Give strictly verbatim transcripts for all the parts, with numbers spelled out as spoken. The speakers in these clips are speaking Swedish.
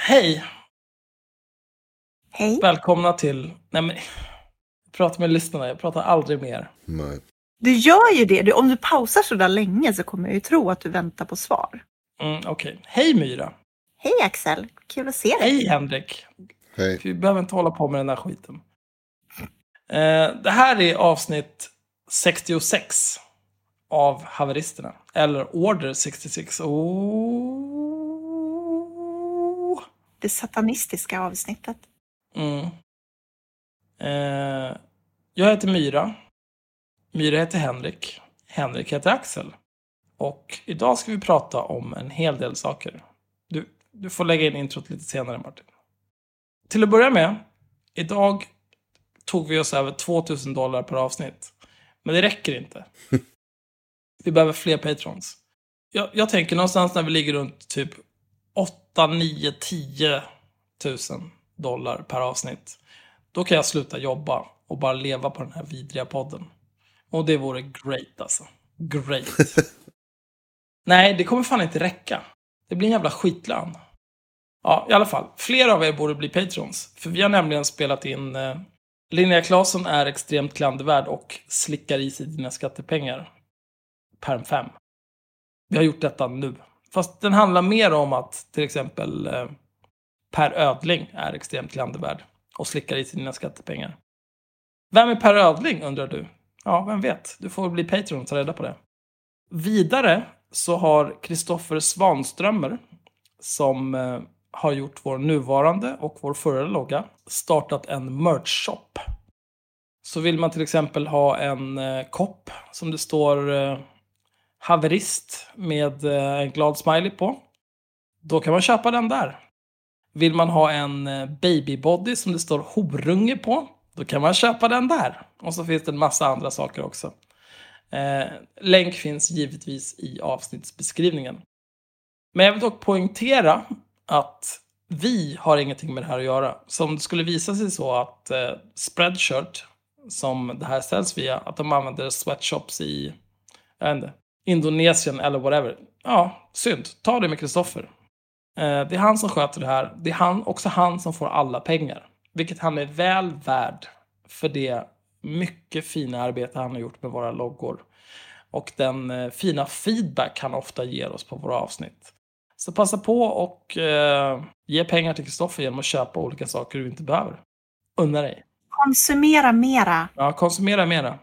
Hej! Hej. Välkomna till... Nej men, jag pratar med lyssnarna, jag pratar aldrig mer. Nej. Du gör ju det. Du, om du pausar så där länge så kommer jag ju tro att du väntar på svar. Mm, Okej. Okay. Hej Myra! Hej Axel, kul att se dig. Hej Henrik! Hej. Vi behöver inte hålla på med den här skiten. Eh, det här är avsnitt sextiosex av Haveristerna. Eller Order sextiosex. Oh. Det satanistiska avsnittet. Mm. Eh, jag heter Myra. Myra heter Henrik. Henrik heter Axel. Och idag ska vi prata om en hel del saker. Du, du får lägga in introt lite senare, Martin. Till att börja med, idag tog vi oss över tvåtusen dollar per avsnitt. Men det räcker inte. Vi behöver fler patrons. Jag, jag tänker någonstans när vi ligger runt typ åtta, nio, tio tusen dollar per avsnitt. Då kan jag sluta jobba och bara leva på den här vidriga podden. Och det vore great alltså. Great. Nej, det kommer fan inte räcka. Det blir en jävla skitlön. Ja, i alla fall. Flera av er borde bli patrons. För vi har nämligen spelat in... Eh, Linnea Claesson är extremt klandervärd och slickar i sig dina skattepengar. Perm fem. Vi har gjort detta nu. Fast den handlar mer om att till exempel eh, Per Ödling är extremt klandervärd och slickar i sig dina skattepengar. Vem är Per Ödling, undrar du? Ja, vem vet? Du får bli Patreon och ta reda på det. Vidare så har Kristoffer Svanströmer, som eh, har gjort vår nuvarande och vår förra logga, startat en merch-shop. Så vill man till exempel ha en eh, kopp som det står eh, haverist med eh, en glad smiley på, då kan man köpa den där. Vill man ha en eh, babybody som det står horunge på, då kan man köpa den där. Och så finns det en massa andra saker också. Eh, länk finns givetvis i avsnittsbeskrivningen. Men jag vill dock poängtera att vi har ingenting med det här att göra. Så om det skulle visa sig så att eh, Spreadshirt, som det här ställs via, att de använder sweatshops i jag vet inte, Indonesien eller whatever. Ja, synd. Ta det med Kristoffer. Eh, det är han som sköter det här. Det är han, också han som får alla pengar. Vilket han är väl värd för det mycket fina arbete han har gjort med våra loggor. Och den eh, fina feedback han ofta ger oss på våra avsnitt. Så passa på och eh, ge pengar till Kristoffer genom att köpa olika saker du inte behöver. Unna dig. Konsumera mera. Ja, konsumera mera.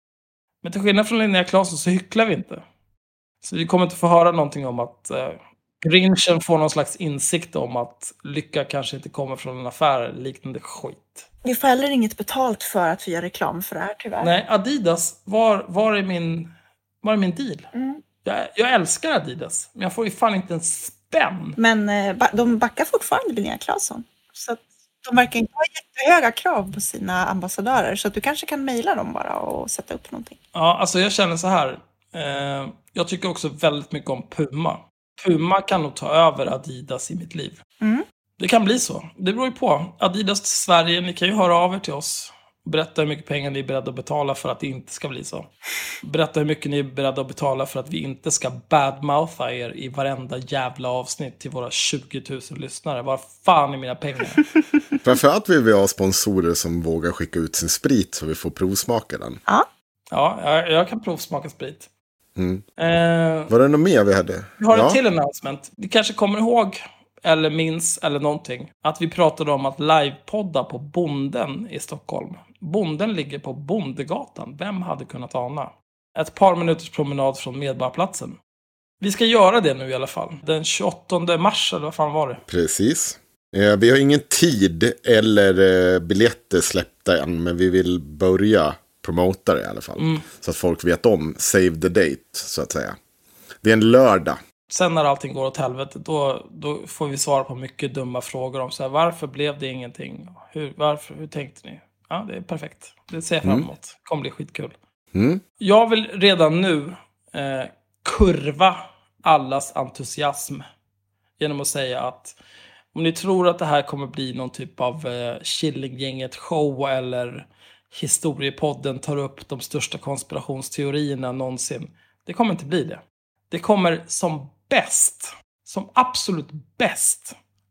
Men till skillnad från Linnea Claesson så hycklar vi inte. Så vi kommer inte få höra någonting om att eh, Grinchen får någon slags insikt om att lycka kanske inte kommer från en affär liknande skit. Vi får heller inget betalt för att vi gör reklam för det här, tyvärr. Nej, Adidas, var, var, är, min, var är min deal? Mm. Jag, jag älskar Adidas, men jag får ju fan inte en spänn. Men eh, de backar fortfarande Linnea Claesson. Så att de verkar inte ha jättehöga krav på sina ambassadörer. Så att du kanske kan mejla dem bara och sätta upp någonting. Ja, alltså jag känner så här. Eh, jag tycker också väldigt mycket om Puma. Puma kan nog ta över Adidas i mitt liv. Mm. Det kan bli så. Det beror ju på. Adidas till Sverige, ni kan ju höra av er till oss. Berätta hur mycket pengar ni är beredda att betala för att det inte ska bli så. Berätta hur mycket ni är beredda att betala för att vi inte ska badmoutha er i varenda jävla avsnitt till våra tjugo tusen lyssnare. Var fan är mina pengar? Framförallt vill vi ha sponsorer som vågar skicka ut sin sprit så vi får provsmaka den. Ja, ja jag, jag kan provsmaka sprit. Mm. Eh, Var det något mer vi hade? Vi har ja. en till announcement. Vi kanske kommer ihåg, eller minns, eller någonting, att vi pratade om att livepodda på Bonden i Stockholm. Bonden ligger på Bondegatan. Vem hade kunnat ana? Ett par minuters promenad från Medborgarplatsen. Vi ska göra det nu i alla fall. Den tjugoåttonde mars, eller vad fan var det? Precis. Eh, vi har ingen tid eller eh, biljetter släppta än, men vi vill börja promota det i alla fall. Mm. Så att folk vet om save the date, så att säga. Det är en lördag. Sen när allting går åt helvete, då, då får vi svara på mycket dumma frågor om så här, varför blev det ingenting? Hur, varför, hur tänkte ni? Ja, det är perfekt. Det ser jag fram emot. Mm. Det kommer bli skitkul. Mm. Jag vill redan nu eh, kurva allas entusiasm genom att säga att om ni tror att det här kommer bli någon typ av eh, Killinggänget-show eller historiepodden tar upp de största konspirationsteorierna någonsin. Det kommer inte bli det. Det kommer som bäst, som absolut bäst,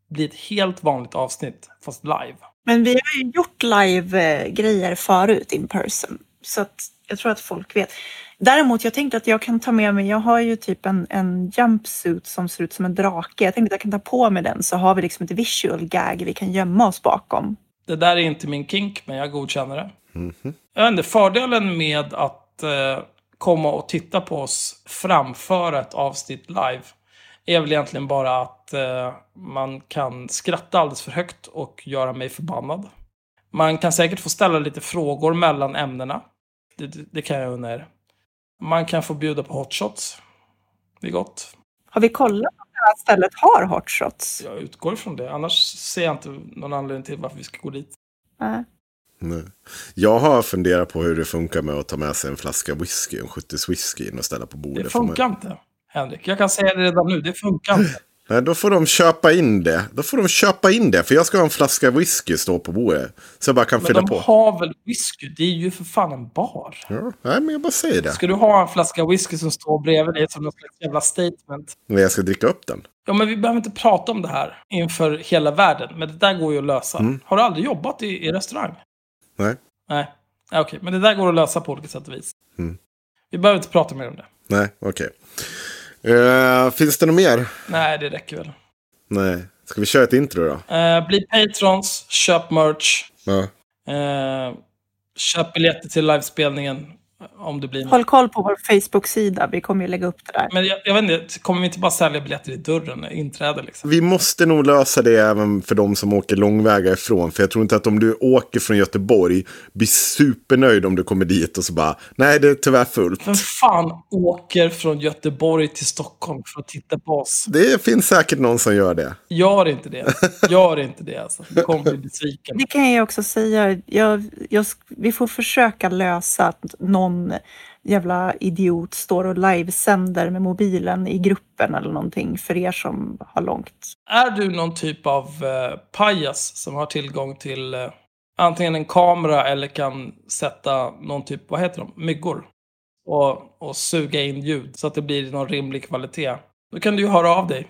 bli ett helt vanligt avsnitt, fast live. Men vi har ju gjort live-grejer förut in person. Så att jag tror att folk vet. Däremot, jag tänkte att jag kan ta med mig, jag har ju typ en, en jumpsuit som ser ut som en drake. Jag tänkte att jag kan ta på mig den, så har vi liksom ett visual gag vi kan gömma oss bakom. Det där är inte min kink, men jag godkänner det. Mm-hmm. Jag vet inte, fördelen med att eh, komma och titta på oss framföra ett avsnitt live är väl egentligen bara att eh, man kan skratta alldeles för högt och göra mig förbannad. Man kan säkert få ställa lite frågor mellan ämnena. Det, det, det kan jag unna er. Man kan få bjuda på hotshots. Det är gott. Har vi kollat om det här stället har hotshots? Jag utgår ifrån det. Annars ser jag inte någon anledning till varför vi ska gå dit. Nej. Nej. Jag har funderat på hur det funkar med att ta med sig en flaska whisky, en sjuttio whisky in och ställa på bordet. Det funkar inte, Henrik. Jag kan säga det redan nu. Det funkar inte. Nej, då får de köpa in det. Då får de köpa in det. För jag ska ha en flaska whisky stå på bordet. Så jag bara kan men fylla de på. Men de har väl whisky? Det är ju för fan en bar. Ja, nej, men jag bara säger det. Ska du ha en flaska whisky som står bredvid dig som något slags jävla statement? Men jag ska dricka upp den. Ja, men vi behöver inte prata om det här inför hela världen. Men det där går ju att lösa. Mm. Har du aldrig jobbat i, i restaurang? Nej. Nej, okej. Okay. Men det där går att lösa på olika sätt och vis. Mm. Vi behöver inte prata mer om det. Nej, okej. Okay. Uh, finns det något mer? Nej, det räcker väl. Nej. Ska vi köra ett intro då? Uh, bli patrons, köp merch. Ja. Uh, köp biljetter till livespelningen. Om det blir Håll koll på vår Facebook-sida. Vi kommer ju lägga upp det där. Men jag, jag vet inte, kommer vi inte bara sälja biljetter i dörren? Inträde liksom? Vi måste nog lösa det även för de som åker långväga ifrån. För jag tror inte att om du åker från Göteborg blir supernöjd om du kommer dit och så bara, nej, det är tyvärr fullt. Vem fan åker från Göteborg till Stockholm för att titta på oss? Det finns säkert någon som gör det. Gör inte det. Gör inte det alltså. Du kommer bli besviken. Det kan jag också säga. Jag, jag, vi får försöka lösa att någon jävla idiot står och livesänder med mobilen i gruppen eller någonting för er som har långt. Är du någon typ av eh, pajas som har tillgång till eh, antingen en kamera eller kan sätta någon typ, vad heter de, myggor och, och suga in ljud så att det blir någon rimlig kvalitet, då kan du ju höra av dig.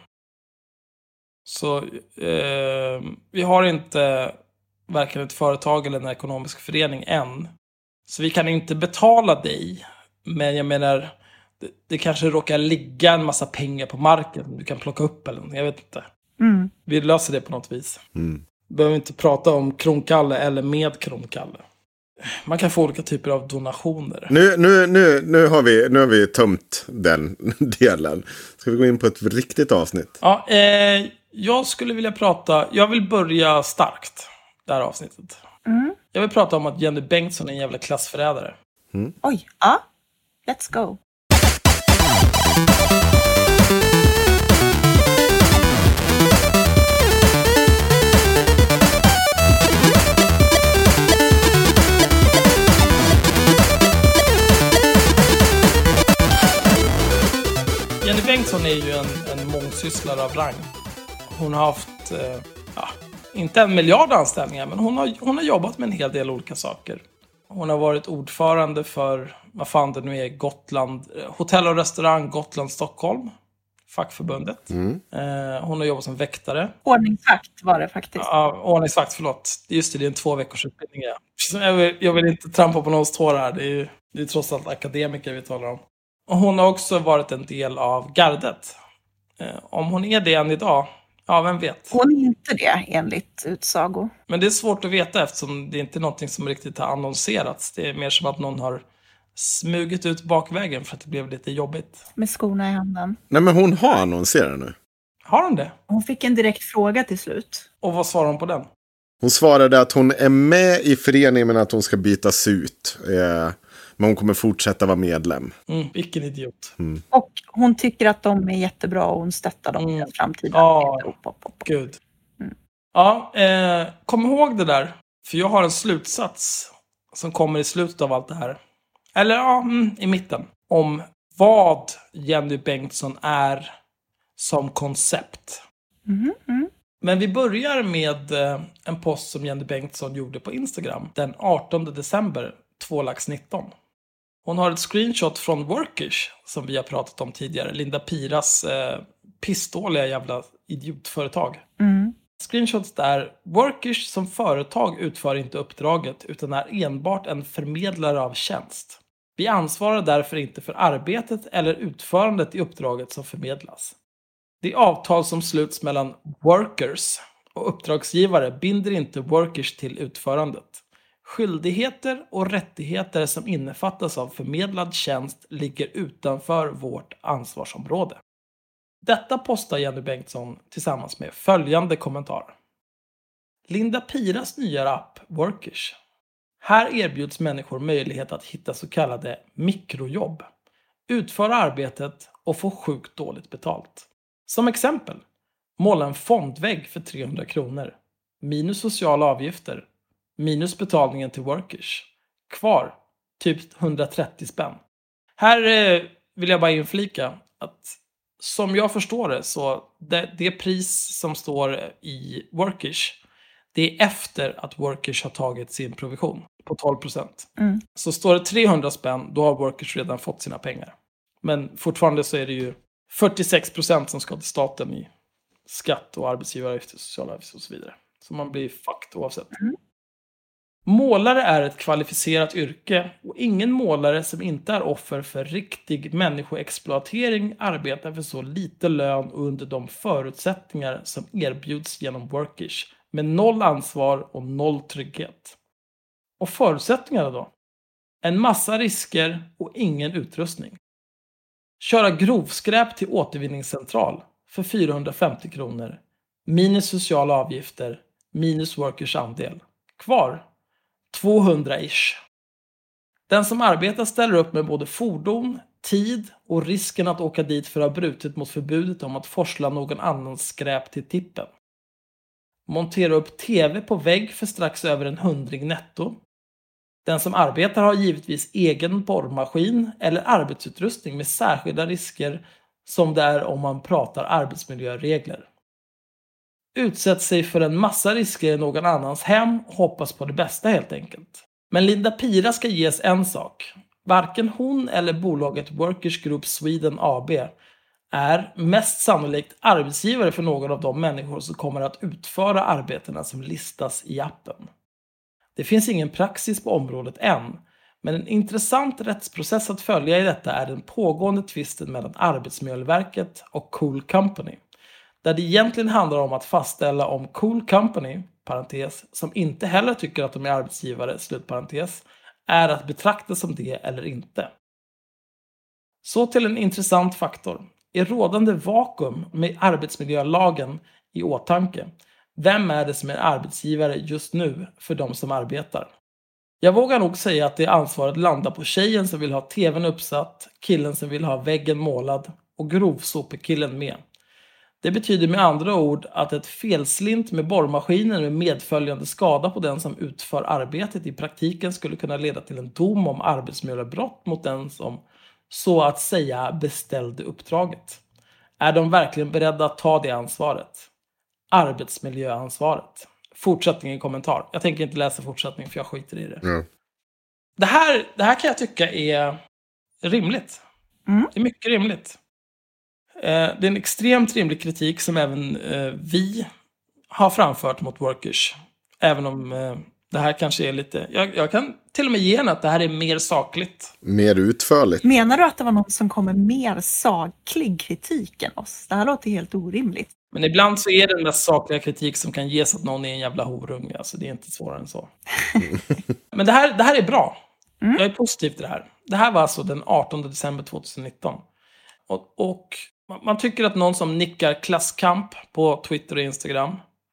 Så eh, vi har inte varken ett företag eller en ekonomisk förening än. Så vi kan inte betala dig. Men jag menar, det, det kanske råkar ligga en massa pengar på marken. Du kan plocka upp eller något, jag vet inte. Mm. Vi löser det på något vis. Mm. Behöver inte prata om kronkalle eller med kronkalle. Man kan få olika typer av donationer. Nu, nu, nu, nu, har, vi, nu har vi tömt den delen. Ska vi gå in på ett riktigt avsnitt? Ja, eh, jag skulle vilja prata, jag vill börja starkt det här avsnittet. Mm. Jag vill prata om att Jenny Bengtsson är en jävla klassförrädare. Mm. Oj, ja. Let's go. Jenny Bengtsson är ju en, en mångsysslare av rang. Hon har haft, eh, ja, inte en miljard anställningar, men hon har, hon har jobbat med en hel del olika saker. Hon har varit ordförande för, vad fan det nu är, Gotland, hotell och restaurang Gotland Stockholm, fackförbundet. Mm. Eh, hon har jobbat som väktare. Ordningsvakt var det faktiskt. Ja, ordningsvakt, förlåt. Just det, det är en två veckors utbildning. Ja. Jag, vill, jag vill inte trampa på någons tår här. Det är ju det är trots allt akademiker vi talar om. Och hon har också varit en del av gardet. Eh, om hon är det än idag, ja, vem vet. Hon är inte det, enligt utsago. Men det är svårt att veta eftersom det är inte någonting som riktigt har annonserats. Det är mer som att någon har smugit ut bakvägen för att det blev lite jobbigt. Med skorna i handen. Nej, men hon har annonserat nu. Har hon det? Hon fick en direkt fråga till slut. Och vad svarar hon på den? Hon svarade att hon är med i föreningen men att hon ska bytas ut. Eh, men hon kommer fortsätta vara medlem. Mm, vilken idiot. Mm. Och hon tycker att de är jättebra och hon stöttar dem i Mm. framtiden. Ja, Op, op, op. gud. Mm. Ja, eh, kom ihåg det där. För jag har en slutsats som kommer i slutet av allt det här. Eller ja, mm, i mitten. Om vad Jenny Bengtsson är som koncept. Mm, mm. Men vi börjar med eh, en post som Jenny Bengtsson gjorde på Instagram den artonde december tjugonitton. Hon har ett screenshot från Workish som vi har pratat om tidigare. Linda Piras eh, pissdåliga jävla idiotföretag. Mm. screenshots där Workish som företag utför inte uppdraget utan är enbart en förmedlare av tjänst. Vi ansvarar därför inte för arbetet eller utförandet i uppdraget som förmedlas. Det avtal som sluts mellan workers och uppdragsgivare binder inte Workish till utförandet. Skyldigheter och rättigheter som innefattas av förmedlad tjänst ligger utanför vårt ansvarsområde. Detta postar Jenny Bengtsson tillsammans med följande kommentar. Linda Piras nya app Workish. Här erbjuds människor möjlighet att hitta så kallade mikrojobb, utföra arbetet och få sjukt dåligt betalt. Som exempel, måla en fondvägg för trehundra kronor, minus sociala avgifter, minus betalningen till Workish. Kvar, typ hundratrettio spänn. Här eh, vill jag bara inflika att som jag förstår det så det, det pris som står i Workish, det är efter att Workish har tagit sin provision på tolv procent. Mm. Så står det trehundra spänn, då har Workish redan fått sina pengar. Men fortfarande så är det ju fyrtiosex procent som ska till staten i skatt och arbetsgivaravgifter, sociala avgifter och så vidare. Så man blir fucked oavsett. Mm. Målare är ett kvalificerat yrke och ingen målare som inte är offer för riktig människoexploatering arbetar för så lite lön och under de förutsättningar som erbjuds genom Workish med noll ansvar och noll trygghet. Och förutsättningarna då? En massa risker och ingen utrustning. Köra grovskräp till återvinningscentral för fyrahundrafemtio kronor minus sociala avgifter minus Workish andel. Kvar tvåhundra-ish. Den som arbetar ställer upp med både fordon, tid och risken att åka dit för att ha brutit mot förbudet om att forsla någon annans skräp till tippen. Montera upp tv på vägg för strax över en hundring netto. Den som arbetar har givetvis egen borrmaskin eller arbetsutrustning med särskilda risker som det är om man pratar arbetsmiljöregler. Utsätt sig för en massa risker i någon annans hem och hoppas på det bästa helt enkelt. Men Linda Pira ska ges en sak. Varken hon eller bolaget Workish Group Sweden A B är mest sannolikt arbetsgivare för någon av de människor som kommer att utföra arbetena som listas i appen. Det finns ingen praxis på området än, men en intressant rättsprocess att följa i detta är den pågående tvisten mellan Arbetsmiljöverket och Cool Company. Där det egentligen handlar om att fastställa om Cool Company, parentes, som inte heller tycker att de är arbetsgivare, slutparentes, är att betrakta som det eller inte. Så till en intressant faktor. I rådande vakuum med arbetsmiljölagen i åtanke, vem är det som är arbetsgivare just nu för de som arbetar? Jag vågar nog säga att det ansvaret landar på tjejen som vill ha tvn uppsatt, killen som vill ha väggen målad och grovsopekillen med. Det betyder med andra ord att ett felslint med borrmaskinen med medföljande skada på den som utför arbetet i praktiken skulle kunna leda till en dom om arbetsmiljöbrott mot den som så att säga beställde uppdraget. Är de verkligen beredda att ta det ansvaret? Arbetsmiljöansvaret. Fortsättning i kommentar. Jag tänker inte läsa fortsättning för jag skiter i det. Mm. Det, här, det här kan jag tycka är rimligt. Mm. Det är mycket rimligt. Det är en extremt rimlig kritik som även vi har framfört mot Workish. Även om det här kanske är lite... Jag, jag kan till och med ge henne att det här är mer sakligt. Mer utförligt. Menar du att det var någon som kom med mer saklig kritik än oss? Det här låter helt orimligt. Men ibland så är det den mest sakliga kritik som kan ges att någon är en jävla horunge. Alltså det är inte svårare än så. Men det här, det här är bra. Mm. Jag är positiv till det här. Det här var alltså den artonde december tjugonitton. Och... och man tycker att någon som nickar klasskamp på Twitter och Instagram,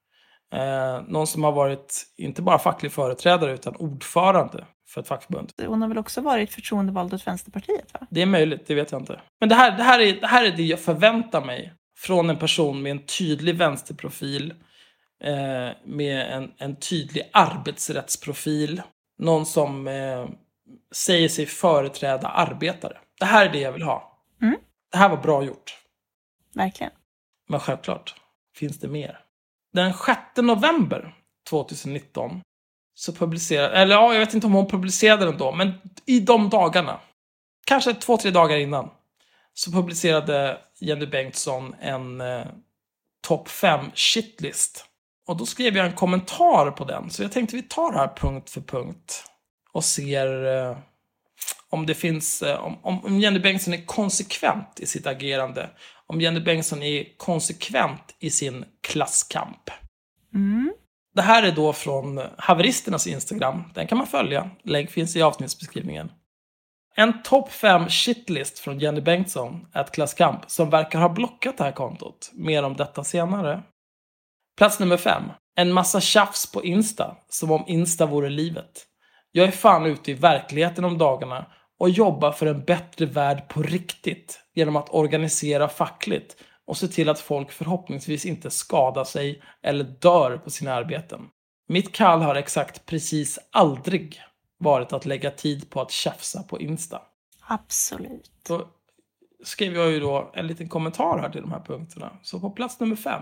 eh, någon som har varit inte bara facklig företrädare utan ordförande för ett fackförbund. Hon har väl också varit förtroendevald åt Vänsterpartiet, va? Det är möjligt, det vet jag inte. Men det här, det här, är, det här är det jag förväntar mig från en person med en tydlig vänsterprofil, eh, med en, en tydlig arbetsrättsprofil, någon som eh, säger sig företräda arbetare. Det här är det jag vill ha. Mm. Det här var bra gjort. Verkligen. Men självklart finns det mer. Den sjätte november tjugonitton så publicerade, eller ja, jag vet inte om hon publicerade den då, men i de dagarna, kanske två, tre dagar innan, så publicerade Jenny Bengtsson en eh, topp fem shitlist. Och då skrev jag en kommentar på den. Så jag tänkte vi tar det här punkt för punkt. Och ser eh, om det finns... Eh, om, om Jenny Bengtsson är konsekvent i sitt agerande. Om Jenny Bengtsson är konsekvent i sin klasskamp. Mm. Det här är då från Haveristernas Instagram. Den kan man följa. Länk finns i avsnittsbeskrivningen. En topp fem shitlist från Jenny Bengtsson, ett klasskamp, som verkar ha blockat det här kontot. Mer om detta senare. Plats nummer fem. En massa tjafs på Insta, som om Insta vore livet. Jag är fan ute i verkligheten om dagarna och jobbar för en bättre värld på riktigt genom att organisera fackligt och se till att folk förhoppningsvis inte skadar sig eller dör på sina arbeten. Mitt kall har exakt precis aldrig varit att lägga tid på att tjafsa på Insta. Absolut. Då skrev jag ju då en liten kommentar här till de här punkterna. Så på plats nummer fem.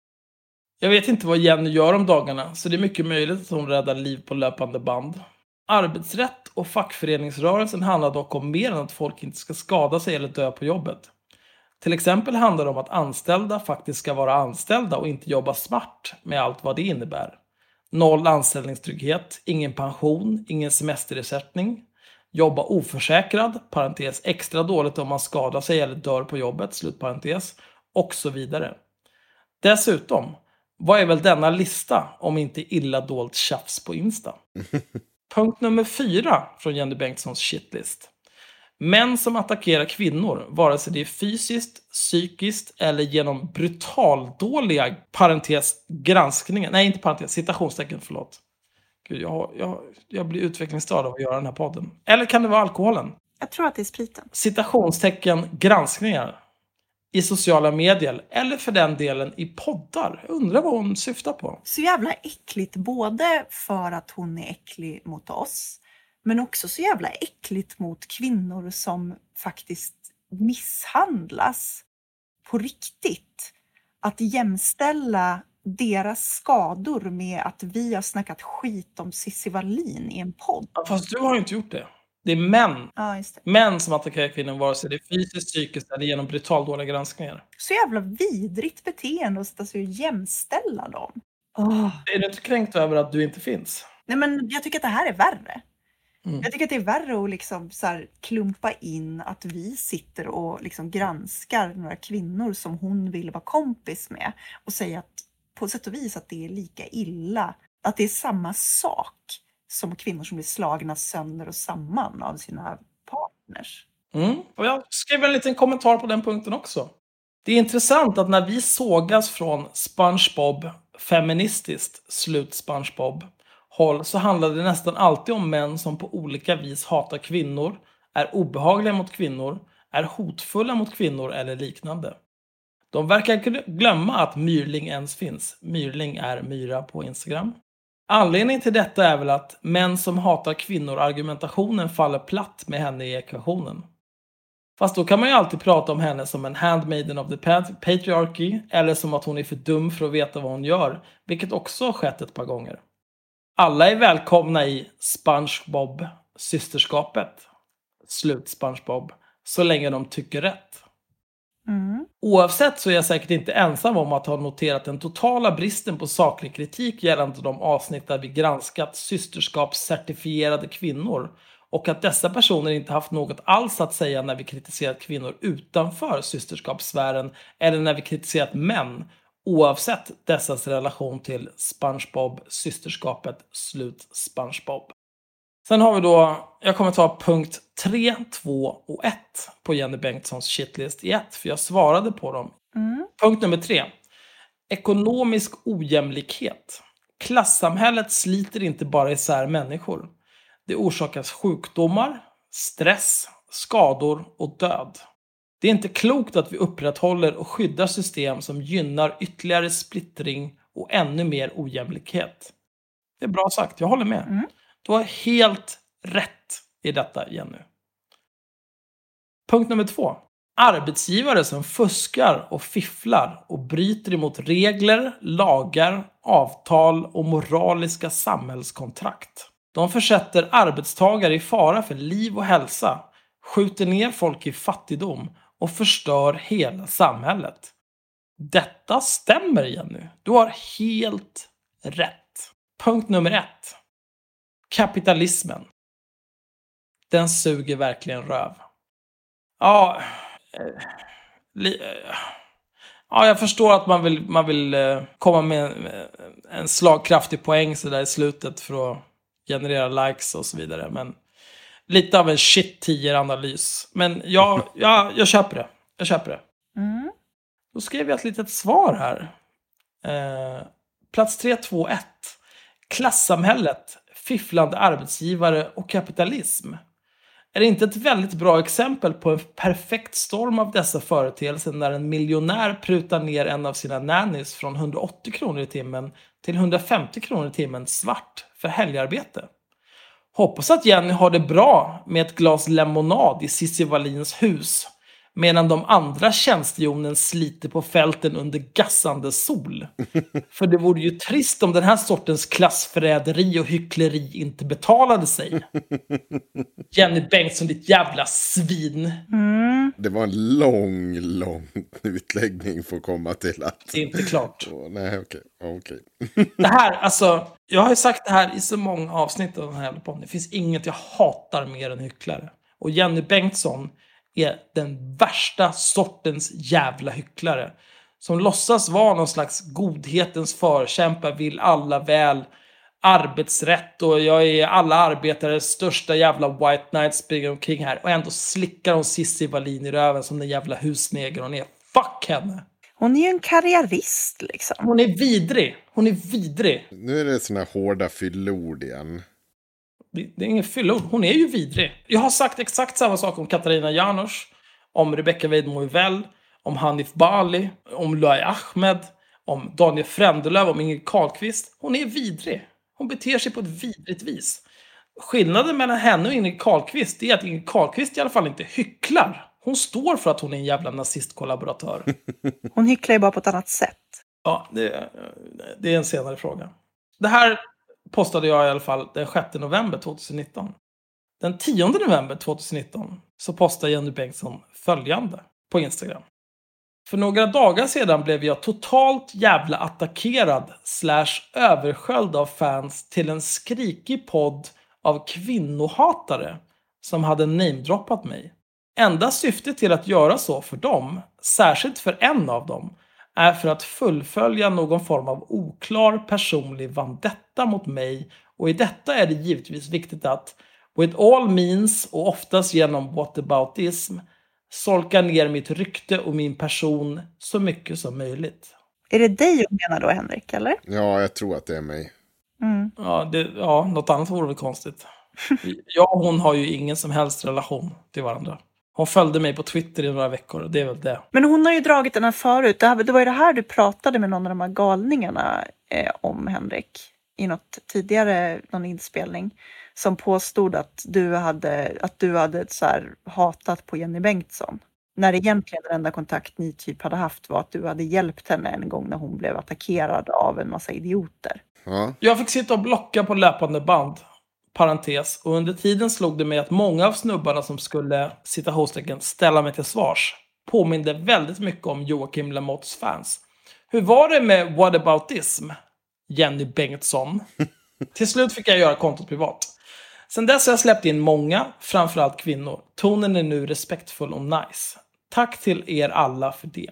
Jag vet inte vad Jenny gör om dagarna, så det är mycket möjligt att hon räddar liv på löpande band. Arbetsrätt och fackföreningsrörelsen handlar dock om mer än att folk inte ska skada sig eller dö på jobbet. Till exempel handlar det om att anställda faktiskt ska vara anställda och inte jobba smart med allt vad det innebär. Noll anställningstrygghet, ingen pension, ingen semesterersättning. Jobba oförsäkrad, parentes extra dåligt om man skadar sig eller dör på jobbet, slutparentes, och så vidare. Dessutom, vad är väl denna lista om inte illa dolt tjafs på Insta? Punkt nummer fyra från Jenny Bengtssons shitlist. Män som attackerar kvinnor, vare sig det är fysiskt, psykiskt eller genom brutaldåliga, parentes, granskningar. Nej, inte parentes, citationstecken, förlåt. Gud, jag, jag, jag blir utvecklingsstörd av att göra den här podden. Eller kan det vara alkoholen? Jag tror att det är spriten. Citationstecken, granskningar i sociala medier eller för den delen i poddar. Jag undrar vad hon syftar på. Så jävla äckligt, både för att hon är äcklig mot oss, men också så jävla äckligt mot kvinnor som faktiskt misshandlas på riktigt. Att jämställa deras skador med att vi har snackat skit om Cissi Wallin i en podd. Ja, fast du har ju inte gjort det. Det är män. Ja, just det. Män som attackerar kvinnor, vare sig det är fysiskt, psykiskt eller genom brutaldåliga granskningar. Så jävla vidrigt beteende att sätta sig och jämställa dem. Oh. Är du inte kränkt över att du inte finns? Nej, men jag tycker att det här är värre. Mm. Jag tycker att det är värre att liksom så här klumpa in att vi sitter och liksom granskar några kvinnor som hon vill vara kompis med och säga att på sätt och vis att det är lika illa, att det är samma sak som kvinnor som blir slagna sönder och samman av sina partners. Mm. Och jag skrev en liten kommentar på den punkten också. Det är intressant att när vi sågas från SpongeBob feministiskt, slut SpongeBob, håll, så handlar det nästan alltid om män som på olika vis hatar kvinnor, är obehagliga mot kvinnor, är hotfulla mot kvinnor eller liknande. De verkar glömma att Myrling ens finns. Myrling är Myra på Instagram. Anledningen till detta är väl att män som hatar kvinnor, argumentationen faller platt med henne i ekvationen. Fast då kan man ju alltid prata om henne som en handmaiden of the patriarchy eller som att hon är för dum för att veta vad hon gör, vilket också har skett ett par gånger. Alla är välkomna i SpongeBob-systerskapet, slut SpongeBob, så länge de tycker rätt. Mm. Oavsett så är jag säkert inte ensam om att ha noterat den totala bristen på saklig kritik gällande de avsnitt där vi granskat systerskapscertifierade kvinnor och att dessa personer inte haft något alls att säga när vi kritiserat kvinnor utanför systerskapssfären eller när vi kritiserat män, oavsett dessas relation till SpongeBob-systerskapet, slut SpongeBob. Sen har vi då, jag kommer ta punkt tre, två och ett på Jenny Bengtssons shitlist i ett, för jag svarade på dem. Mm. Punkt nummer tre. Ekonomisk ojämlikhet. Klassamhället sliter inte bara isär människor. Det orsakas sjukdomar, stress, skador och död. Det är inte klokt att vi upprätthåller och skyddar system som gynnar ytterligare splittring och ännu mer ojämlikhet. Det är bra sagt, jag håller med. Mm. Du har helt rätt i detta, Jenny. Punkt nummer två. Arbetsgivare som fuskar och fifflar och bryter emot regler, lagar, avtal och moraliska samhällskontrakt. De försätter arbetstagare i fara för liv och hälsa, skjuter ner folk i fattigdom och förstör hela samhället. Detta stämmer, Jenny. Du har helt rätt. Punkt nummer ett. Kapitalismen. Den suger verkligen röv. Ja, eh, li, eh, ja jag förstår att man vill, man vill eh, komma med en, en slagkraftig poäng så där i slutet för att generera likes och så vidare. Men lite av en shit-tier-analys. Men jag, jag, jag köper det. Jag köper det. Mm. Då skrev jag ett litet svar här. Eh, plats tre, två, ett. Klassamhället, fifflande arbetsgivare och kapitalism. Är det inte ett väldigt bra exempel på en perfekt storm av dessa företeelser när en miljonär prutar ner en av sina nannies från hundraåttio kronor i timmen till hundrafemtio kronor i timmen svart för helgarbete? Hoppas att Jenny har det bra med ett glas lemonad i Cissi Wallins hus medan de andra tjänstehjonen sliter på fälten under gassande sol. För det vore ju trist om den här sortens klassförräderi och hyckleri inte betalade sig. Jenny Bengtsson, ditt jävla svin. Mm. Det var en lång, lång utläggning för att komma till att... Det är inte klart. Oh, nej, okej. Okay. Okay. Det här, alltså, jag har ju sagt det här i så många avsnitt av den här podden. Det finns inget jag hatar mer än hycklare. Och Jenny Bengtsson är den värsta sortens jävla hycklare. Som låtsas vara någon slags godhetens förkämpa, vill alla väl, arbetsrätt och jag är alla arbetares största jävla white knight springer omkring här. Och ändå slickar hon Cissi Wallin i röven som den jävla husneger hon är. Fuck henne! Hon är ju en karriärist liksom. Hon är vidrig. Hon är vidrig. Nu är det såna hårda fyllord igen. Det är ingen fyllord. Hon är ju vidrig. Jag har sagt exakt samma sak om Katarina Janouch, om Rebecca Weidmo-Uvell, om Hanif Bali, om Luay Ahmed, om Daniel Frändelöv, om Ingrid Carlqvist. Hon är vidrig. Hon beter sig på ett vidrigt vis. Skillnaden mellan henne och Ingrid Carlqvist är att Ingrid Carlqvist i alla fall inte hycklar. Hon står för att hon är en jävla nazistkollaboratör. Hon hycklar ju bara på ett annat sätt. Ja, det, det är en senare fråga. Det här postade jag i alla fall den sjätte november tjugonitton. Den tionde november tjugonitton så postade Jenny Bengtsson följande på Instagram. För några dagar sedan blev jag totalt jävla attackerad slash översköljd av fans till en skrikig podd av kvinnohatare som hade namedroppat mig. Enda syftet till att göra så för dem, särskilt för en av dem, är för att fullfölja någon form av oklar personlig vandetta mot mig, och i detta är det givetvis viktigt att, with all means och oftast genom whataboutism, solka ner mitt rykte och min person så mycket som möjligt. Är det dig du menar då, Henrik, eller? Ja, jag tror att det är mig. Mm. Ja, det, ja, något annat vore väl konstigt. Jag och hon har ju ingen som helst relation till varandra. Hon följde mig på Twitter i några veckor och det är väl det. Men hon har ju dragit den här förut. Det, här, det var ju det här du pratade med någon av de här galningarna eh, om, Henrik. I något tidigare, någon inspelning. Som påstod att du hade, att du hade så här hatat på Jenny Bengtsson. När egentligen den enda kontakt ni typ hade haft var att du hade hjälpt henne en gång när hon blev attackerad av en massa idioter. Ja. Jag fick sitta och blocka på löpande band. Parentes. Och under tiden slog det mig att många av snubbarna som skulle sitta hosttecken ställa mig till svars påminde väldigt mycket om Joakim Lamotts fans. Hur var det med whataboutism, Jenny Bengtsson? Till slut fick jag göra kontot privat. Sen dess har jag släppt in många, framförallt kvinnor. Tonen är nu respektfull och nice. Tack till er alla för det.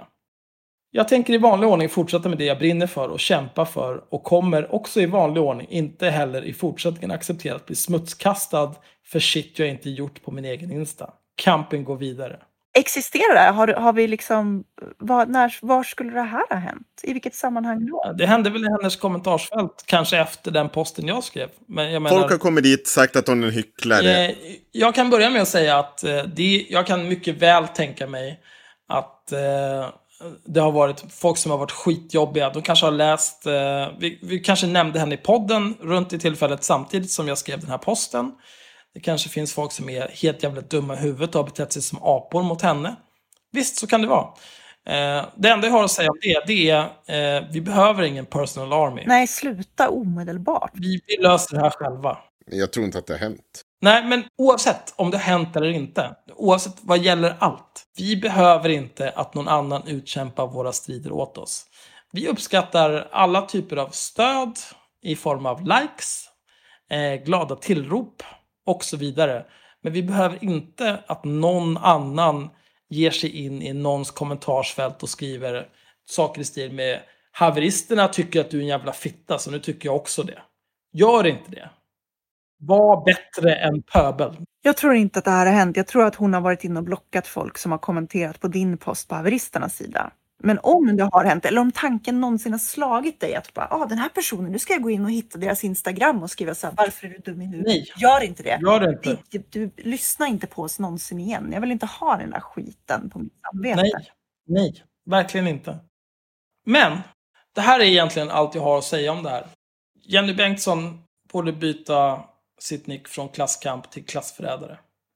Jag tänker i vanlig ordning fortsätta med det jag brinner för och kämpa för, och kommer också i vanlig ordning inte heller i fortsättningen acceptera att bli smutskastad för shit jag inte gjort på min egen Insta. Kampen går vidare. Existerar det? Har, har vi liksom, var, när, var skulle det här ha hänt? I vilket sammanhang då? Det hände väl i hennes kommentarsfält, kanske efter den posten jag skrev. Men jag menar, Folk har kommit dit, sagt att hon är en hycklare. Eh, jag kan börja med att säga att eh, det, jag kan mycket väl tänka mig att eh, det har varit folk som har varit skitjobbiga. De kanske har läst, eh, vi, vi kanske nämnde henne i podden runt i tillfället samtidigt som jag skrev den här posten. Det kanske finns folk som är helt jävla dumma i huvudet och har betett sig som apor mot henne. Visst, så kan det vara. Eh, det enda jag har att säga om det, det är eh, vi behöver ingen personal army. Nej, sluta omedelbart. Vi, vi löser det här själva. Jag tror inte att det har hänt. Nej, men oavsett om det har hänt eller inte, oavsett vad gäller allt, vi behöver inte att någon annan utkämpar våra strider åt oss. Vi uppskattar alla typer av stöd i form av likes, eh, glada tillrop och så vidare. Men vi behöver inte att någon annan ger sig in i någons kommentarsfält och skriver saker i stil med haveristerna tycker att du är en jävla fitta, så nu tycker jag också det. Gör inte det. Var bättre än pöbel. Jag tror inte att det här har hänt. Jag tror att hon har varit inne och blockat folk som har kommenterat på din post på haveristernas sida. Men om det har hänt, eller om tanken någonsin har slagit dig att bara, ah, den här personen, nu ska jag gå in och hitta deras Instagram och skriva så här, varför är du dum i huvudet? Nej. Gör inte det. Gör det inte. Du, du, du lyssnar inte på oss någonsin igen. Jag vill inte ha den där skiten på mitt samvete. Nej, nej, verkligen inte. Men det här är egentligen allt jag har att säga om det här. Jenny Bengtsson borde byta sitt nick från klasskamp till klassförrädare.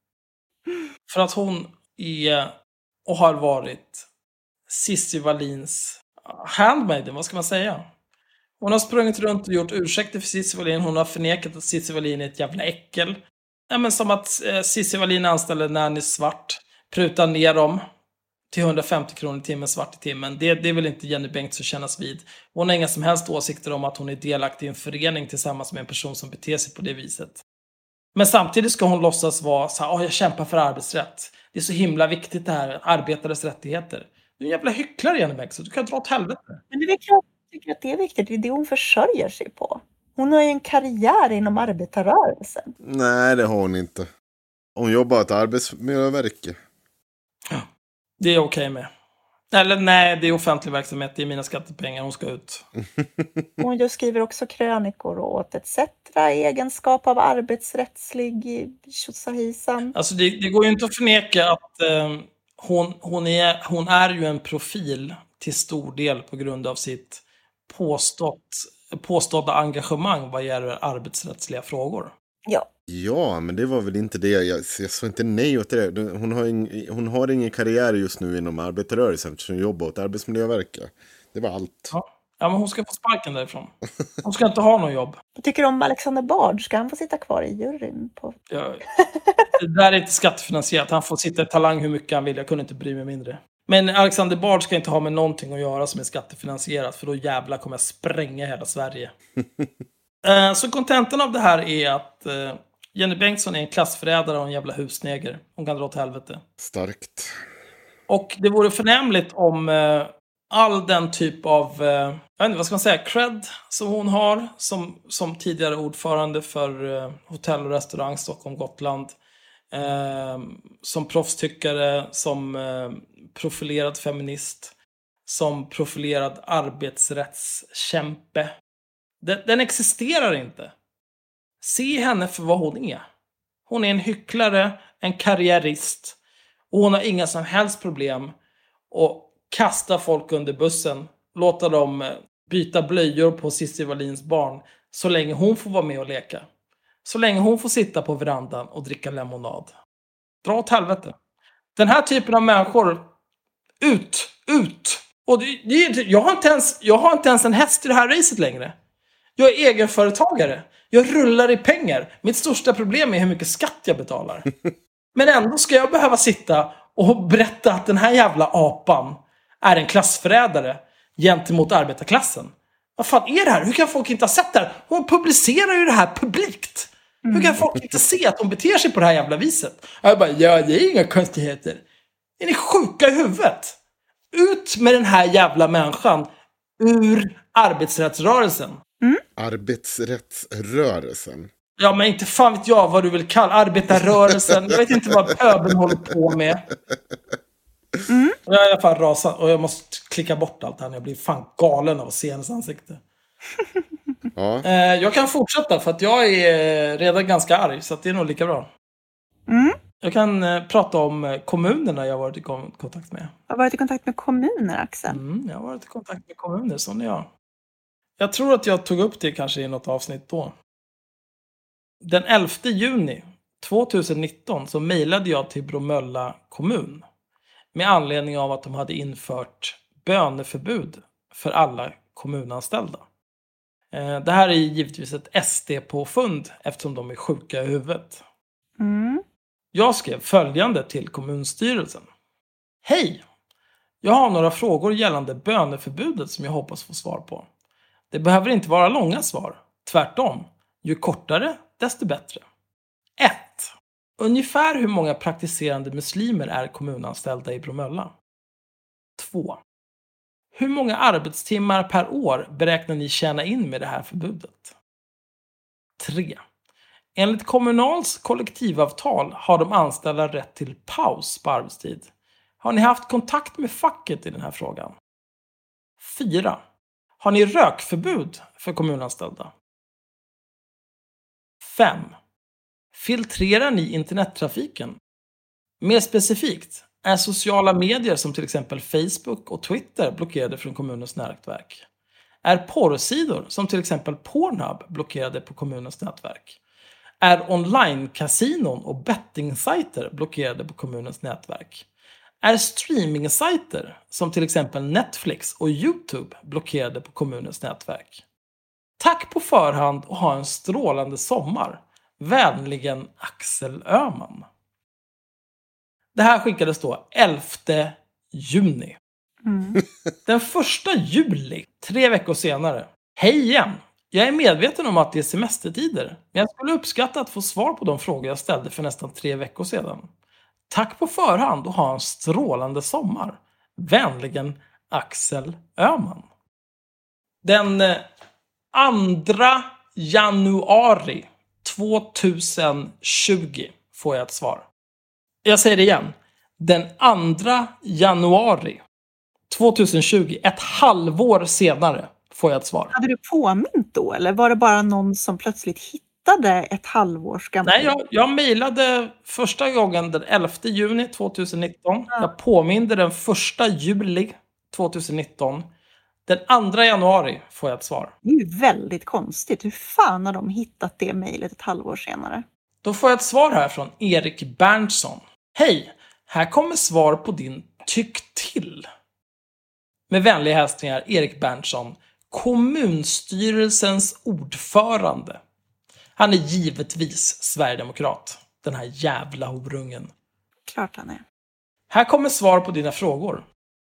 För att hon är och har varit Cissi Wallins handmaiden, vad ska man säga? Hon har sprungit runt och gjort ursäkter för Cissi Wallin. Hon har förnekat att Cissi Wallin är ett jävla äckel. Ja, men som att eh, Cissi Wallin anställer Nanny svart, prutar ner dem till hundrafemtio kronor i timmen svart i timmen. Det, det vill inte Jenny Bengtsson kännas vid. Hon har inga som helst åsikter om att hon är delaktig i en förening tillsammans med en person som beter sig på det viset. Men samtidigt ska hon låtsas vara så här, oh, jag kämpar för arbetsrätt. Det är så himla viktigt det här, arbetares rättigheter. Du är en jävla hycklare, Jenny Bengtsson. Du kan dra åt helvete. Men det är klart jag tycker att det är viktigt. Det är det hon försörjer sig på. Hon har ju en karriär inom arbetarrörelsen. Nej, det har hon inte. Hon jobbar åt Arbetsmiljöverket. Ja, det är okej med. Eller nej, det är offentlig verksamhet. Det är mina skattepengar. Hon ska ut. Hon just skriver också krönikor åt et cetera i egenskap av arbetsrättslig tjosahisan. Alltså det, det går ju inte att förneka att eh, hon, hon, är, hon är ju en profil till stor del på grund av sitt påstått, påstådda engagemang vad gäller arbetsrättsliga frågor. Ja. Ja, men det var väl inte det. Jag, jag sa inte nej åt det. Hon har, ing, hon har ingen karriär just nu inom arbetarrörelsen eftersom hon jobbar åt Arbetsmiljöverket. Det var allt. Ja. Ja, men hon ska få sparken därifrån. Hon ska inte ha någon jobb. Jag tycker om Alexander Bard. Ska han få sitta kvar i juryn? På... Ja, det där är inte skattefinansierat. Han får sitta i Talang hur mycket han vill. Jag kunde inte bry mig mindre. Men Alexander Bard ska inte ha med någonting att göra som är skattefinansierat. För då jävla kommer jag spränga hela Sverige. Så kontentan av det här är att Jenny Bengtsson är en klassförrädare och en jävla husneger. Hon kan dra åt helvete. Starkt. Och det vore förnämligt om all den typ av, jag vet inte, vad ska man säga, cred som hon har som, som tidigare ordförande för eh, hotell och restaurang Stockholm Gotland, eh, som proffstyckare, som eh, profilerad feminist, som profilerad arbetsrättskämpe. Den, den existerar inte. Se henne för vad hon är. Hon är en hycklare, en karriärist, och hon har inga som helst problem och kasta folk under bussen, låta dem byta blöjor på Cissi Wallins barn så länge hon får vara med och leka. Så länge hon får sitta på verandan och dricka lemonad. Dra åt helvete. Den här typen av människor, ut, ut. Och det, det, jag, har inte ens, jag har inte ens en häst i det här racet längre. Jag är egenföretagare. Jag rullar i pengar. Mitt största problem är hur mycket skatt jag betalar. Men ändå ska jag behöva sitta och berätta att den här jävla apan är en klassförrädare gentemot arbetarklassen. Vad fan är det här? Hur kan folk inte ha sett det här? Hon publicerar ju det här publikt. Hur kan folk inte se att hon beter sig på det här jävla viset? Jag bara, ja, det är inga konstigheter. Är ni sjuka i huvudet? Ut med den här jävla människan ur arbetsrättsrörelsen. Mm. Arbetsrättsrörelsen? Ja, men inte fan vet jag vad du vill kalla arbetarrörelsen. Jag vet inte vad pöbeln håller på med. Mm. Jag är i alla fall rasad och jag måste klicka bort allt här. Jag blir fan galen av att se hennes ansikte. Ja. eh, jag kan fortsätta för att jag är redan ganska arg, så att det är nog lika bra. Mm. Jag kan eh, prata om kommunerna jag har varit i kom- kontakt med. Jag har varit i kontakt med kommuner, Axel. Mm, jag har varit i kontakt med kommuner, sån är jag. Jag tror att jag tog upp det kanske i något avsnitt då. Den elfte juni tjugonitton så mejlade jag till Bromölla kommun med anledning av att de hade infört böneförbud för alla kommunanställda. Det här är givetvis ett S D-påfund eftersom de är sjuka i huvudet. Mm. Jag skrev följande till kommunstyrelsen. Hej! Jag har några frågor gällande böneförbudet som jag hoppas få svar på. Det behöver inte vara långa svar. Tvärtom, ju kortare desto bättre. ett. Ungefär hur många praktiserande muslimer är kommunanställda i Bromölla? två. Hur många arbetstimmar per år beräknar ni tjäna in med det här förbudet? tre. Enligt Kommunals kollektivavtal har de anställda rätt till paus på arbetstid. Har ni haft kontakt med facket i den här frågan? fyra. Har ni rökförbud för kommunanställda? fem. Filtrerar ni internettrafiken? Mer specifikt, är sociala medier som till exempel Facebook och Twitter blockerade från kommunens nätverk? Är porrsidor som till exempel Pornhub blockerade på kommunens nätverk? Är online-kasinon och bettingsajter blockerade på kommunens nätverk? Är streamingsajter som till exempel Netflix och YouTube blockerade på kommunens nätverk? Tack på förhand och ha en strålande sommar. Vänligen Axel Öhman. Det här skickades då elfte juni. Mm. Den första juli, tre veckor senare. Hej igen! Jag är medveten om att det är semestertider, men jag skulle uppskatta att få svar på de frågor jag ställde för nästan tre veckor sedan. Tack på förhand och ha en strålande sommar. Vänligen Axel Öhman. Den andra januari tjugohundratjugo får jag ett svar. Jag säger det igen. Den andra januari tjugohundratjugo, ett halvår senare, får jag ett svar. Hade du påmint då, eller var det bara någon som plötsligt hittade ett halvårs gammalt? Nej, jag, jag mejlade första gången den elfte juni tjugonitton. Ja. Jag påminde den första juli tjugonitton. Den andra januari får jag ett svar. Det är ju väldigt konstigt. Hur fan har de hittat det mejlet ett halvår senare? Då får jag ett svar här från Erik Berntsson. Hej, här kommer svar på din tyck till. Med vänliga hälsningar Erik Berntsson, kommunstyrelsens ordförande. Han är givetvis Sverigedemokrat, den här jävla horungen. Klart han är. Här kommer svar på dina frågor.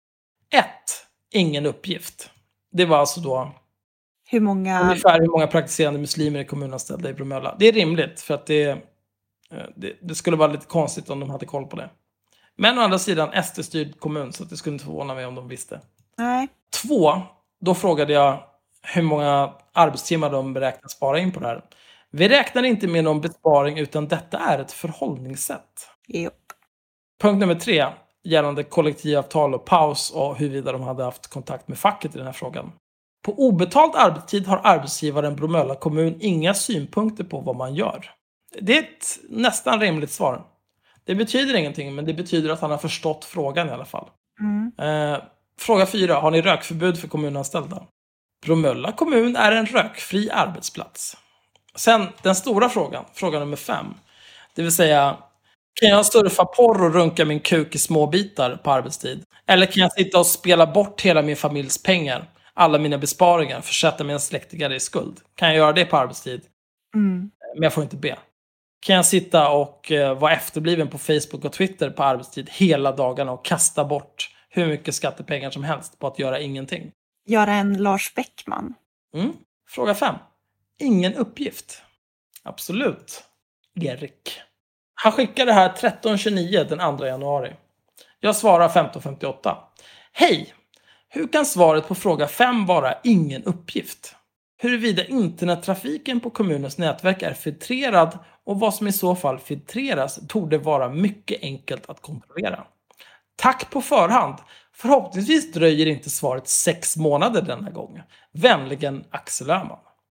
ett. Ingen uppgift. Det var alltså då Hur många... ungefär hur många praktiserande muslimer är kommunanställda i Bromölla. Det är rimligt, för att det, det, det skulle vara lite konstigt om de hade koll på det. Men å andra sidan S D-styrd kommun, så att det skulle inte förvåna mig om de visste. Nej. Två, då frågade jag hur många arbetstimmar de beräknar spara in på det här. Vi räknar inte med någon besparing, utan detta är ett förhållningssätt. Jo. Punkt nummer tre, gällande kollektivavtal och paus och huruvida de hade haft kontakt med facket i den här frågan. På obetald arbetstid har arbetsgivaren Bromölla kommun inga synpunkter på vad man gör. Det är ett nästan rimligt svar. Det betyder ingenting, men det betyder att han har förstått frågan i alla fall. Mm. Eh, fråga fyra, har ni rökförbud för kommunanställda? Bromölla kommun är en rökfri arbetsplats. Sen den stora frågan, fråga nummer fem. Det vill säga, kan jag surfa porr och runka min kuk i små bitar på arbetstid? Eller kan jag sitta och spela bort hela min familjs pengar, alla mina besparingar, försätta mina släktingar i skuld? Kan jag göra det på arbetstid? Mm. Men jag får inte be. Kan jag sitta och uh, vara efterbliven på Facebook och Twitter på arbetstid hela dagarna och kasta bort hur mycket skattepengar som helst på att göra ingenting? Göra en Lars Bäckman. Mm. Fråga fem. Ingen uppgift. Absolut. Erik. Han skickade det här tretton tjugonio den andra januari. Jag svarar femton femtioåtta. Hej! Hur kan svaret på fråga fem vara ingen uppgift? Huruvida internettrafiken på kommunens nätverk är filtrerad och vad som i så fall filtreras torde vara mycket enkelt att kontrollera. Tack på förhand. Förhoppningsvis dröjer inte svaret sex månader denna gång. Vänligen Axel Öhman.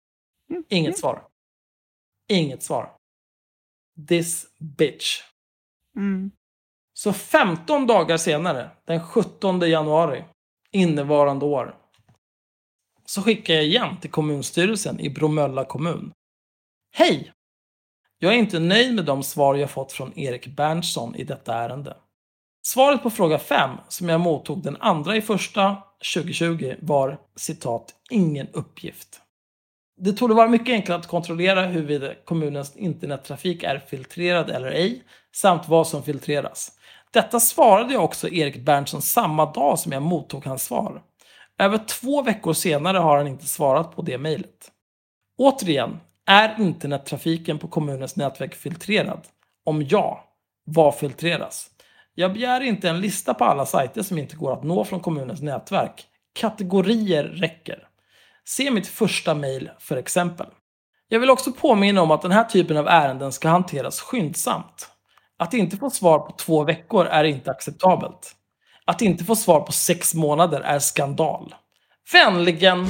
Inget svar. Inget svar. This bitch. Mm. Så femton dagar senare, den sjuttonde januari innevarande år, så skickar jag igen till kommunstyrelsen i Bromölla kommun. Hej! Jag är inte nöjd med de svar jag fått från Erik Berntsson i detta ärende. Svaret på fråga fem, som jag mottog den andra i första tjugohundratjugo, var citat, ingen uppgift. Det torde vara mycket enklare att kontrollera huruvida kommunens internettrafik är filtrerad eller ej, samt vad som filtreras. Detta svarade jag också Erik Berntsson samma dag som jag mottog hans svar. Över två veckor senare har han inte svarat på det mejlet. Återigen, är internettrafiken på kommunens nätverk filtrerad? Om ja, vad filtreras? Jag begär inte en lista på alla sajter som inte går att nå från kommunens nätverk. Kategorier räcker. Se mitt första mejl för exempel. Jag vill också påminna om att den här typen av ärenden ska hanteras skyndsamt. Att inte få svar på två veckor är inte acceptabelt. Att inte få svar på sex månader är skandal. Vänligen...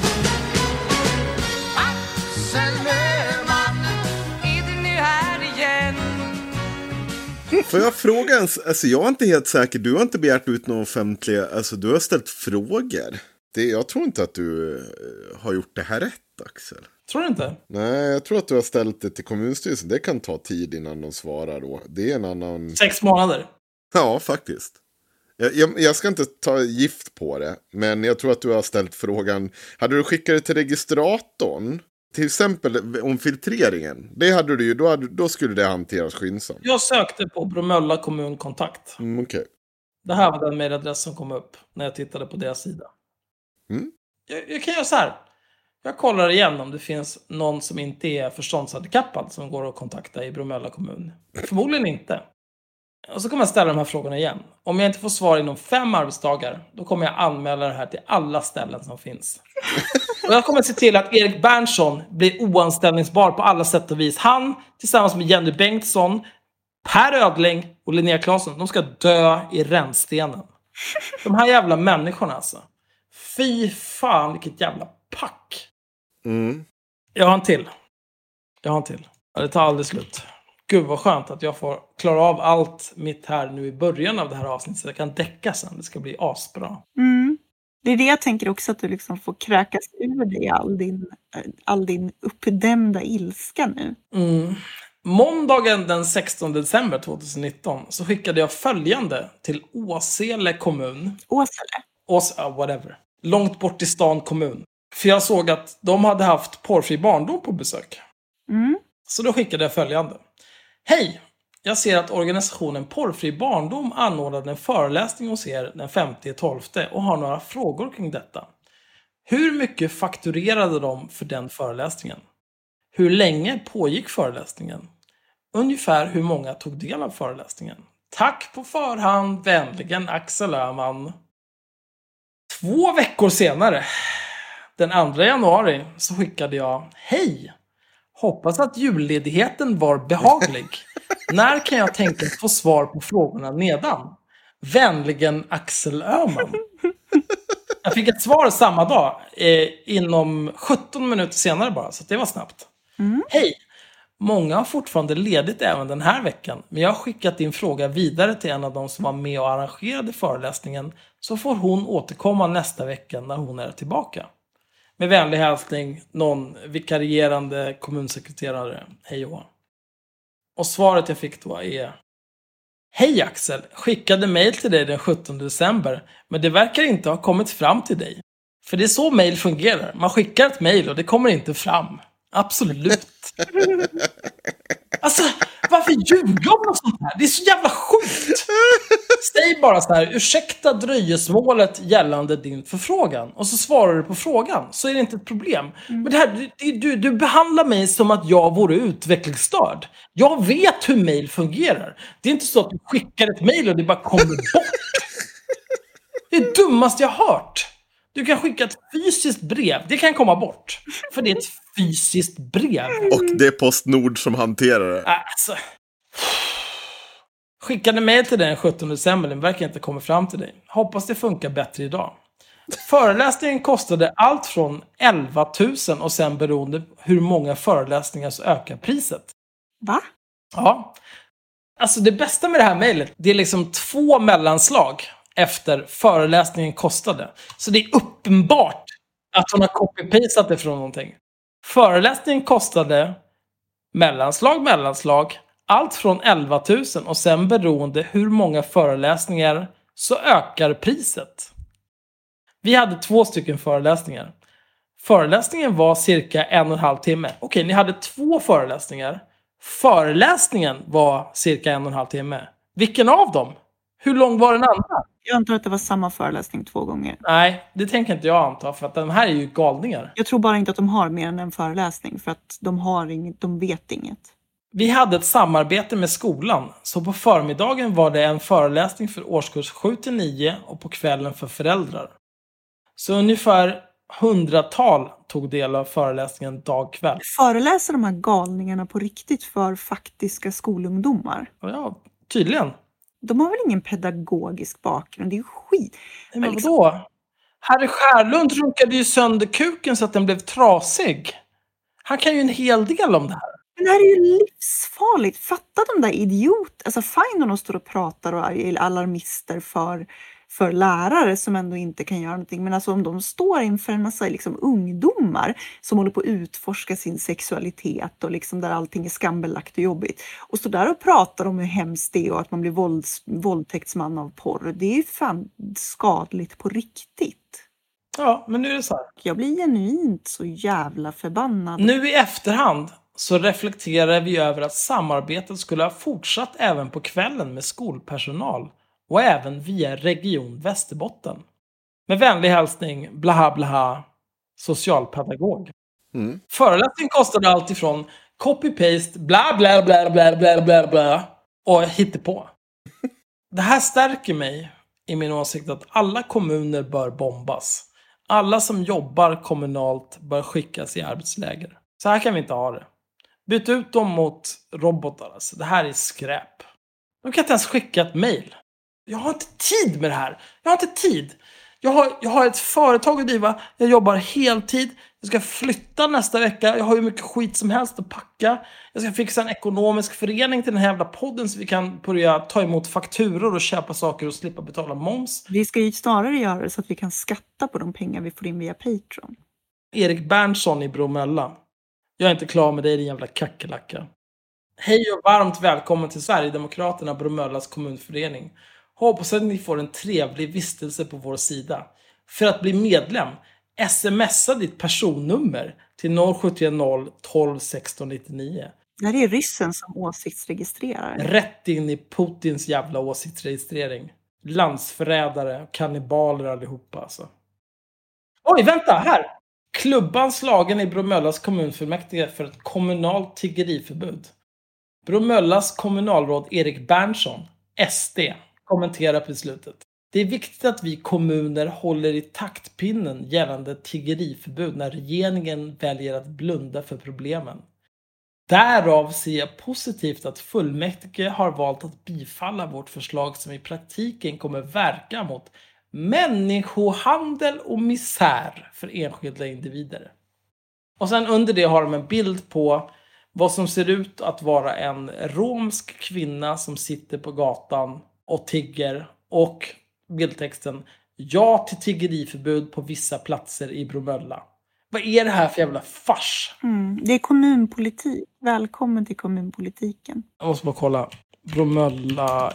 Får jag fråga ens, alltså jag är inte helt säker, du har inte begärt ut någon offentliga, alltså du har ställt frågor. Det, jag tror inte att du uh, har gjort det här rätt, Axel. Tror du inte? Nej, jag tror att du har ställt det till kommunstyrelsen. Det kan ta tid innan de svarar då. Det är en annan... Sex månader? Ja, faktiskt. Jag, jag, jag ska inte ta gift på det, men jag tror att du har ställt frågan. Hade du skickat det till registratorn? Till exempel om filtreringen. Det hade du ju, då, hade, då skulle det hanteras skyndsamt. Jag sökte på Bromölla kommunkontakt. Mm, okej. Okay. Det här var den mejladress som kom upp när jag tittade på deras sida. Mm. Jag, jag kan göra så här. Jag kollar igen om det finns någon som inte är förståndshandikappad som går att kontakta i Bromölla kommun. Förmodligen inte. Och så kommer jag ställa de här frågorna igen. Om jag inte får svar inom fem arbetsdagar, då kommer jag anmäla det här till alla ställen som finns. Och jag kommer se till att Erik Berntsson blir oanställningsbar på alla sätt och vis. Han, tillsammans med Jenny Bengtsson, Per Ödling och Linnea Claesson, de ska dö i rännstenen. De här jävla människorna alltså. Fy fan, vilket jävla pack. Mm. Jag har en till. Jag har en till. Ja, det tar aldrig slut. Gud vad skönt att jag får klara av allt mitt här nu i början av det här avsnittet. Så jag kan däcka sen. Det ska bli asbra. Mm. Det är det jag tänker också, att du liksom får kräkas ur dig all din, all din uppdämda ilska nu. Mm. Måndagen den sextonde december tjugonitton så skickade jag följande till Åsele kommun. Åsele? Ås, uh, whatever. Långt bort i stan kommun. För jag såg att de hade haft porrfri barndom på besök. Mm. Så då skickade jag följande. Hej! Jag ser att organisationen Porrfri barndom anordnade en föreläsning hos er den femte tolfte och har några frågor kring detta. Hur mycket fakturerade de för den föreläsningen? Hur länge pågick föreläsningen? Ungefär hur många tog del av föreläsningen? Tack på förhand, vänligen Axel Öhman. Två veckor senare, den andra januari, så skickade jag hej! Hoppas att julledigheten var behaglig. När kan jag tänka få svar på frågorna nedan? Vänligen Axel Öhman. Jag fick ett svar samma dag. Eh, inom sjutton minuter senare bara. Så det var snabbt. Mm. Hej. Många har fortfarande ledigt även den här veckan. Men jag har skickat din fråga vidare till en av de som var med och arrangerade föreläsningen. Så får hon återkomma nästa vecka när hon är tillbaka. Med vänlig hälsning, någon vikarierande kommunsekreterare. Hej Johan. Och svaret jag fick då är: hej Axel, skickade mejl till dig den sjuttonde december, men det verkar inte ha kommit fram till dig. För det är så mejl fungerar. Man skickar ett mejl och det kommer inte fram. Absolut. Alltså, varför ljuga om något sånt här? Det är så jävla sjukt. Säg bara så här: ursäkta dröjesmålet gällande din förfrågan. Och så svarar du på frågan. Så är det inte ett problem. Mm. Men det här, det, du, du behandlar mig som att jag vore utvecklingsstörd. Jag vet hur mejl fungerar. Det är inte så att du skickar ett mejl och det bara kommer bort. Det är det dummaste jag har hört. Du kan skicka ett fysiskt brev. Det kan komma bort. För det är ett fysiskt brev. Och det är Postnord som hanterar det. Alltså. Skickade mejl till dig den sjuttonde december. Den verkar inte komma fram till dig. Hoppas det funkar bättre idag. Föreläsningen kostade allt från elva tusen och sen beroende hur många föreläsningar så ökar priset. Va? Ja. Alltså det bästa med det här mejlet, det är liksom två mellanslag efter föreläsningen kostade. Så det är uppenbart att hon har copy-pastat det från någonting. Föreläsningen kostade mellanslag, mellanslag, allt från elva tusen och sen beroende hur många föreläsningar så ökar priset. Vi hade två stycken föreläsningar. Föreläsningen var cirka en och en halv timme. Okej, ni hade två föreläsningar. Föreläsningen var cirka en och en halv timme. Vilken av dem? Hur lång var den andra? Jag antar att det var samma föreläsning två gånger. Nej, det tänker inte jag anta, för att de här är ju galningar. Jag tror bara inte att de har mer än en föreläsning, för att de har inget, de vet inget. Vi hade ett samarbete med skolan, så på förmiddagen var det en föreläsning för årskurs sju till nio och på kvällen för föräldrar. Så ungefär hundratal tog del av föreläsningen dag-kväll. Föreläser de här galningarna på riktigt för faktiska skolungdomar? Ja, tydligen. De har väl ingen pedagogisk bakgrund, det är ju skit. Men liksom... vadå? Harry Skärlund runkade ju sönder kuken så att den blev trasig. Han kan ju en hel del om det här. Men det här är ju livsfarligt. Fatta de där idioter. Alltså fine om de står och pratar och är alarmister för, för lärare som ändå inte kan göra någonting. Men alltså om de står inför en massa liksom, ungdomar som håller på att utforska sin sexualitet och liksom där allting är skambelagt och jobbigt. Och står där och pratar om hur hemskt det är och att man blir vålds, våldtäktsman av porr. Det är ju fan skadligt på riktigt. Ja, men nu är det så här. Jag blir genuint så jävla förbannad. Nu i efterhand så reflekterar vi över att samarbetet skulle ha fortsatt även på kvällen med skolpersonal och även via Region Västerbotten. Med vänlig hälsning, blaha blaha, socialpedagog. Mm. Föreläsningen kostade allt ifrån copy-paste, bla bla bla bla bla bla bla och hittepå. Det här stärker mig i min åsikt att alla kommuner bör bombas. Alla som jobbar kommunalt bör skickas i arbetsläger. Så här kan vi inte ha det. Byt ut dem mot robotar. Alltså. Det här är skräp. De kan inte ens skicka ett mejl. Jag har inte tid med det här. Jag har inte tid. Jag har, jag har ett företag att driva. Jag jobbar heltid. Jag ska flytta nästa vecka. Jag har ju mycket skit som helst att packa. Jag ska fixa en ekonomisk förening till den här jävla podden så vi kan börja ta emot fakturor och köpa saker och slippa betala moms. Vi ska ju snarare göra det så att vi kan skatta på de pengar vi får in via Patreon. Erik Berntsson i Bromölla. Jag är inte klar med dig, din jävla kackelacka. Hej och varmt välkommen till Sverigedemokraterna Bromöllas kommunförening. Hoppas att ni får en trevlig vistelse på vår sida. För att bli medlem, smsa ditt personnummer till noll sju tre noll tolv sexton nittionio. Det här är ryssen som åsiktsregistrerar. Rätt in i Putins jävla åsiktsregistrering. Landsförrädare, kannibaler allihopa alltså. Oj, vänta, här! Klubban slagen i Bromöllas kommunfullmäktige för ett kommunalt tiggeriförbud. Bromöllas kommunalråd Erik Berntsson, S D, kommenterar på slutet. Det är viktigt att vi kommuner håller i taktpinnen gällande tiggeriförbud när regeringen väljer att blunda för problemen. Därav ser jag positivt att fullmäktige har valt att bifalla vårt förslag som i praktiken kommer verka mot människohandel och misär för enskilda individer. Och sen under det har de en bild på vad som ser ut att vara en romsk kvinna som sitter på gatan och tigger. Och bildtexten: ja till tiggeriförbud på vissa platser i Bromölla. Vad är det här för jävla fars? Mm, det är kommunpolitik. Välkommen till kommunpolitiken. Jag måste bara kolla. Bromölla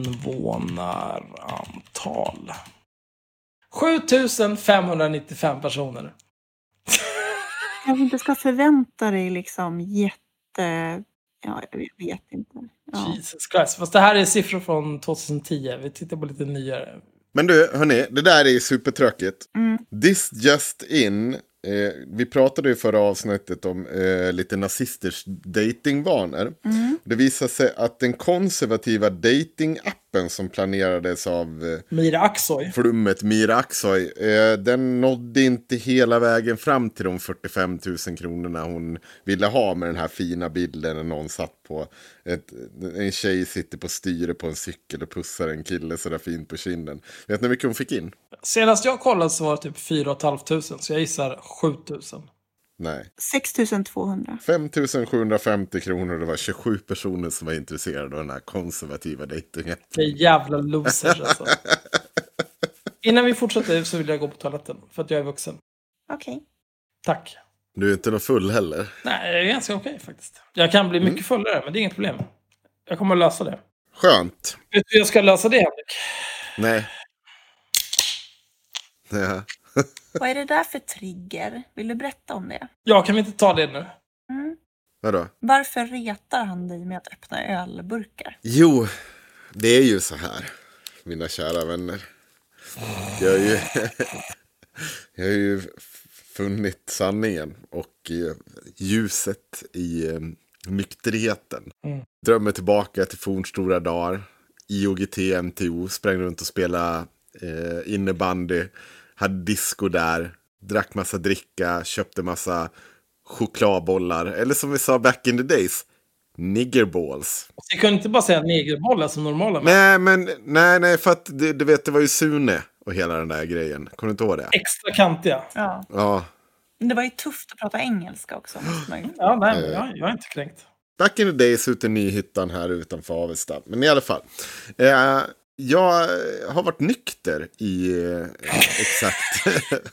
invånarantal. sju tusen femhundranittiofem personer. Jag inte ska förvänta dig liksom jätte... Ja, jag vet inte. Ja. Jesus Christ. Fast det här är siffror från tjugohundratio. Vi tittar på lite nyare. Men du, hörni, det där är supertråkigt. Mm. This just in. Eh, vi pratade i förra avsnittet om eh, lite nazisters datingvanor. Mm. Det visar sig att den konservativa datingappen som planerades av eh, Mira Aksoy. flummet Mira Aksoy, eh, den nådde inte hela vägen fram till de fyrtiofem tusen kronorna hon ville ha med den här fina bilden när någon satt på ett, en tjej sitter på styre på en cykel och pussar en kille så där fint på kinden. Vet ni hur mycket hon fick in? Senast jag kollade så var det typ fyra tusen femhundra, så jag gissar sju tusen. Nej. sex tusen tvåhundra. fem tusen sjuhundrafemtio kronor och det var tjugosju personer som var intresserade av den här konservativa dejtingen. Det är jävla losers alltså. Innan vi fortsätter så vill jag gå på toaletten för att jag är vuxen. Okej. Okay. Tack. Du är inte någon full heller? Nej, det är ganska okej faktiskt. Jag kan bli mycket mm. fullare, men det är inget problem. Jag kommer att lösa det. Skönt. Vet du hur jag ska lösa det, Henrik? Nej. Ja. Vad är det där för trigger? Vill du berätta om det? Ja, kan vi inte ta det nu? Mm. Vadå? Varför retar han dig med att öppna ölburkar? Jo, det är ju så här. mina kära vänner. Jag har ju, jag har ju funnit sanningen och ljuset i nykterheten. Mm. Drömmer tillbaka till fornstora dagar. I O G T, M T O, sprang runt och spelade eh, innebandy. Hade disco där. Drack massa dricka, köpte massa chokladbollar. Eller som vi sa back in the days, niggerballs. Jag kunde inte bara säga negerbollar som normala. Nej, men nej, nej, för att det, du vet, det var ju Sune och hela den där grejen. Kommer du inte ihåg det? Extra kantiga. Ja. Ja. Men det var ju tufft att prata engelska också. Ja, nej, men jag, jag är inte kränkt. Back in the days ute i Nyhyttan här utanför Avesta. Men i alla fall. Eh, jag har varit nykter i eh, exakt.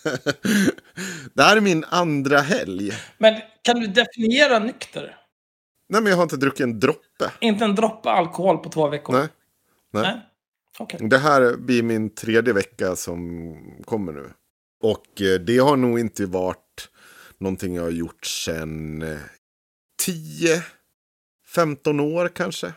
Det här är min andra helg. Men kan du definiera nykter? Nej, men jag har inte druckit en droppe. Inte en droppe alkohol på två veckor? Nej. Nej. Nej. Okay. Det här blir min tredje vecka som kommer nu. Och eh, det har nog inte varit någonting jag har gjort sedan eh, tio femton år kanske.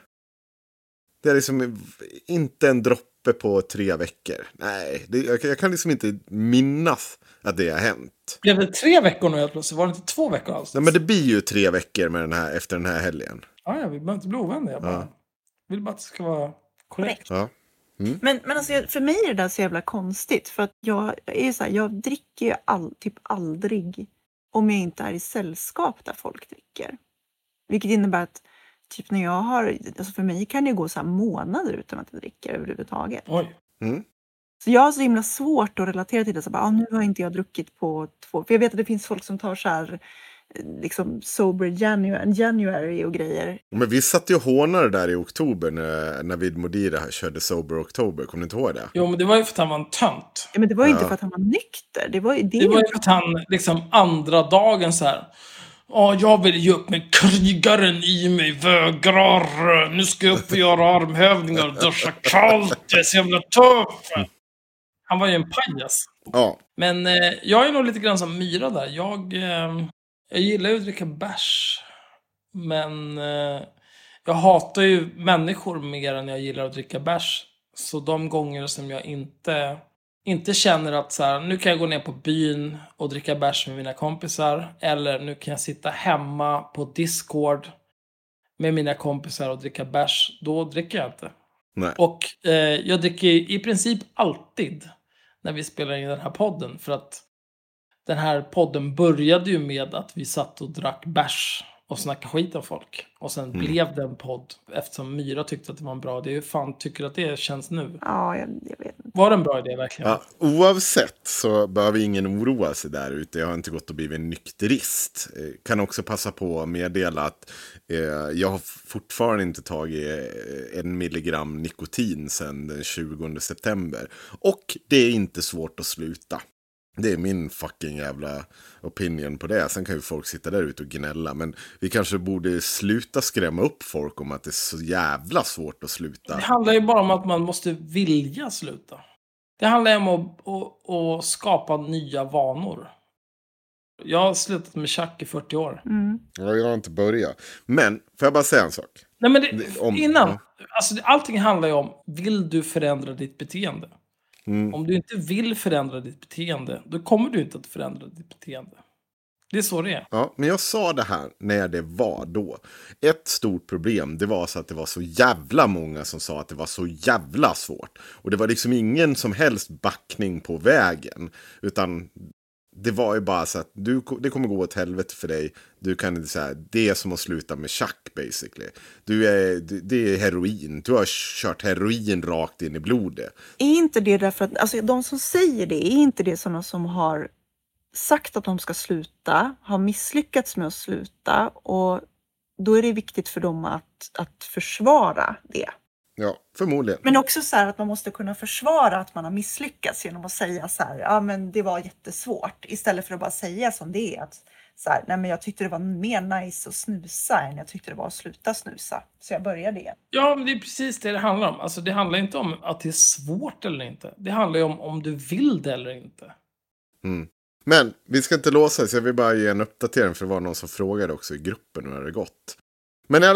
Det är liksom inte en droppe på tre veckor. Nej, det, jag, jag kan liksom inte minnas att det har hänt. Blev det tre veckor nu helt plötsligt? Var det inte två veckor alls? Nej, men det blir ju tre veckor med den här, efter den här helgen. Ja, ja, vi behöver inte bli ovänner. Jag bara ja. vill bara att det ska vara korrekt. Ja. Mm. Men, men alltså, för mig är det där så jävla konstigt. För att jag är så här, jag dricker ju all, typ aldrig om jag inte är i sällskap där folk dricker. Vilket innebär att typ när jag har, alltså för mig kan det gå så här månader utan att jag dricker överhuvudtaget. Oj. Mm. Så jag har så himla svårt att relatera till det. Så bara, ah, nu har inte jag druckit på två. För jag vet att det finns folk som tar så här liksom sober January, January och grejer. Men vi satt ju och hånade där i oktober när, när Vid Modira här körde sober oktober. Kommer ni inte ihåg det? Jo, men det var ju för att han var en tönt. Ja, men det var ju ja. inte för att han var nykter. Det var ju, det det var ju för att han liksom andra dagen så här. Ja, jag vill ge upp med krigaren i mig vägrar. Nu ska jag upp och göra armhävningar och duscha kallt. Jag är så jävla tuff. Han var ju en pajas. Ja. Men eh, jag är nog lite grann som Myra där. Jag, eh, jag gillar ju att dricka bärs. Men eh, jag hatar ju människor mer än jag gillar att dricka bärs. Så de gånger som jag inte... Inte känner att så här, nu kan jag gå ner på byn och dricka bärs med mina kompisar. Eller nu kan jag sitta hemma på Discord med mina kompisar och dricka bärs. Då dricker jag inte. Nej. Och eh, jag dricker i princip alltid när vi spelar in den här podden. För att den här podden började ju med att vi satt och drack bärs och snackade skit om folk. Och sen mm. blev det en podd eftersom Myra tyckte att det var en bra idé. Hur fan tycker du att det känns nu? Ja, jag, jag vet inte. Var det en bra idé verkligen? Ja, oavsett så behöver ingen oroa sig där ute. Jag har inte gått och blivit en nykterist. Kan också passa på att meddela att eh, jag har fortfarande inte tagit en milligram nikotin sedan den tjugonde september. Och det är inte svårt att sluta. Det är min fucking jävla opinion på det. Sen kan ju folk sitta där ute och gnälla. Men vi kanske borde sluta skrämma upp folk om att det är så jävla svårt att sluta. Det handlar ju bara om att man måste vilja sluta. Det handlar ju om att, att, att skapa nya vanor. Jag har slutat med tjack i fyrtio år. Mm. Ja, jag har inte börjat. Men, får jag bara säga en sak? Nej, men det, om, innan. Ja. Alltså, allting handlar ju om, vill du förändra ditt beteende? Mm. Om du inte vill förändra ditt beteende, då kommer du inte att förändra ditt beteende. Det är så det är. Ja, men jag sa det här när det var då. Ett stort problem, det var så att det var så jävla många som sa att det var så jävla svårt. Och det var liksom ingen som helst backning på vägen. Utan det var ju bara så att du, det kommer gå åt helvete för dig. Du kan inte säga, det är som att sluta med tjack basically. Du är, det är heroin. Du har kört heroin rakt in i blodet. Är inte det därför att, alltså de som säger det, är inte det sådana som har sagt att de ska sluta, har misslyckats med att sluta, och då är det viktigt för dem att, att försvara det. Ja, förmodligen. Men också så här att man måste kunna försvara att man har misslyckats genom att säga så här, ja men det var jättesvårt, istället för att bara säga som det är, att så här, nej men jag tyckte det var mer nice att snusa än jag tyckte det var att sluta snusa, så jag började igen. Ja, men det är precis det det handlar om. Alltså det handlar inte om att det är svårt eller inte. Det handlar ju om om du vill det eller inte. Mm. Men vi ska inte låsa oss, jag vill bara ge en uppdatering, för det var någon som frågade också i gruppen hur det gått. Men i alla fall,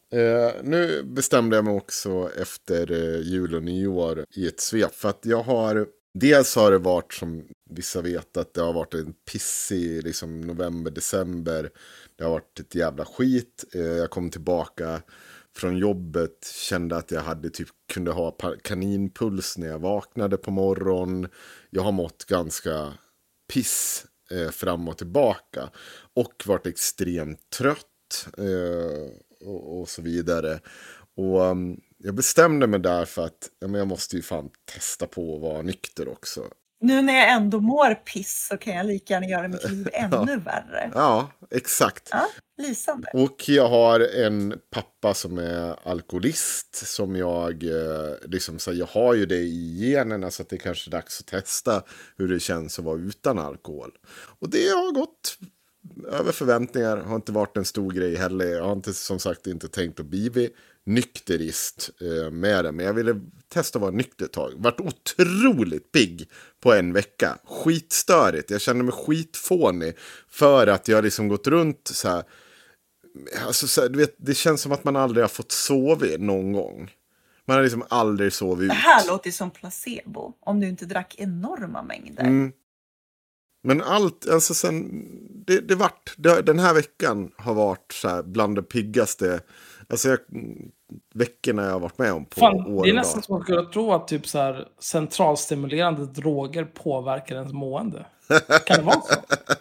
Eh, nu bestämde jag mig också efter eh, jul och nyår i ett svep. För att jag har, dels har det varit som vissa vet att det har varit en pissig liksom, november, december. Det har varit ett jävla skit. Eh, jag kom tillbaka från jobbet, kände att jag hade typ kunde ha kaninpuls när jag vaknade på morgon. Jag har mått ganska piss eh, fram och tillbaka. Och varit extremt trött eh, och, och så vidare. Och um, jag bestämde mig därför att ja, men jag måste ju fan testa på att vara nykter också. Nu när jag ändå mår piss så kan jag lika gärna göra mitt liv ännu ja. värre. Ja, exakt. Ja, lysande. Och jag har en pappa som är alkoholist som jag eh, liksom så jag har ju det i generna så att det är kanske är dags att testa hur det känns att vara utan alkohol. Och det har gått över förväntningar, har inte varit en stor grej heller. Jag har inte som sagt inte tänkt att bli nykterist eh, med det. Men jag ville testa att vara nykter ett tag. Vart otroligt pigg på en vecka. Skitstörigt. Jag kände mig skitfånig. För att jag liksom gått runt så här. Alltså så här, du vet, det känns som att man aldrig har fått sova någon gång. Man har liksom aldrig sovit ut. Det här låter som placebo. Om du inte drack enorma mängder. Mm. Men allt, alltså sen, det, det vart, det, den här veckan har varit så här bland det piggaste, alltså jag, veckorna jag har varit med om på Fan, år det är och nästan dag. som att jag tror att typ så här centralstimulerande droger påverkar ens mående. Kan det vara så?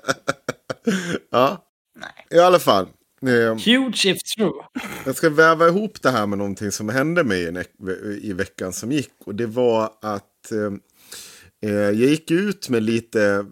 Ja, Nej. i alla fall. Eh, Huge if true. jag ska väva ihop det här med någonting som hände mig i, i veckan som gick. Och det var att eh, jag gick ut med lite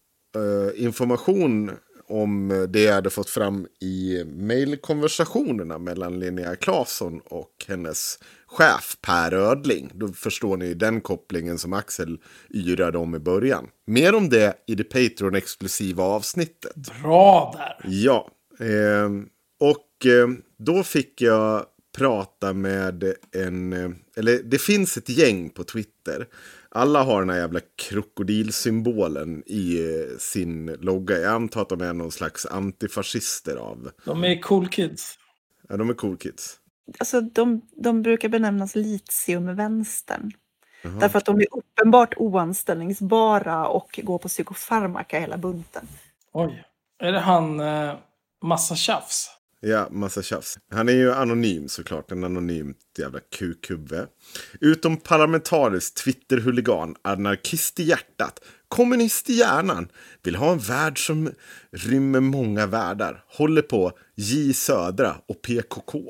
Uh, information om det jag hade fått fram i mejlkonversationerna mellan Linnea Claesson och hennes chef Per Ödling. Då förstår ni den kopplingen som Axel yrade om i början. Mer om det i det Patreon-exklusiva avsnittet. Bra där. Ja, eh, och eh, då fick jag prata med en, eller det finns ett gäng på Twitter. Alla har den här jävla krokodilsymbolen i sin logga. Jag antar att de är någon slags antifascister av. De är cool kids. Ja, de är cool kids. Alltså de, de brukar benämnas litiumvänstern. Jaha. Därför att de är uppenbart oanställningsbara och går på psykofarmaka hela bunten. Oj. Är det han eh, massa tjafs? Ja, massa tjafs. Han är ju anonym såklart, en anonymt jävla kukhuvud. Utom parlamentarisk Twitter-huligan, anarkist i hjärtat, kommunist i hjärnan, vill ha en värld som rymmer många världar, håller på J Södra och P K K.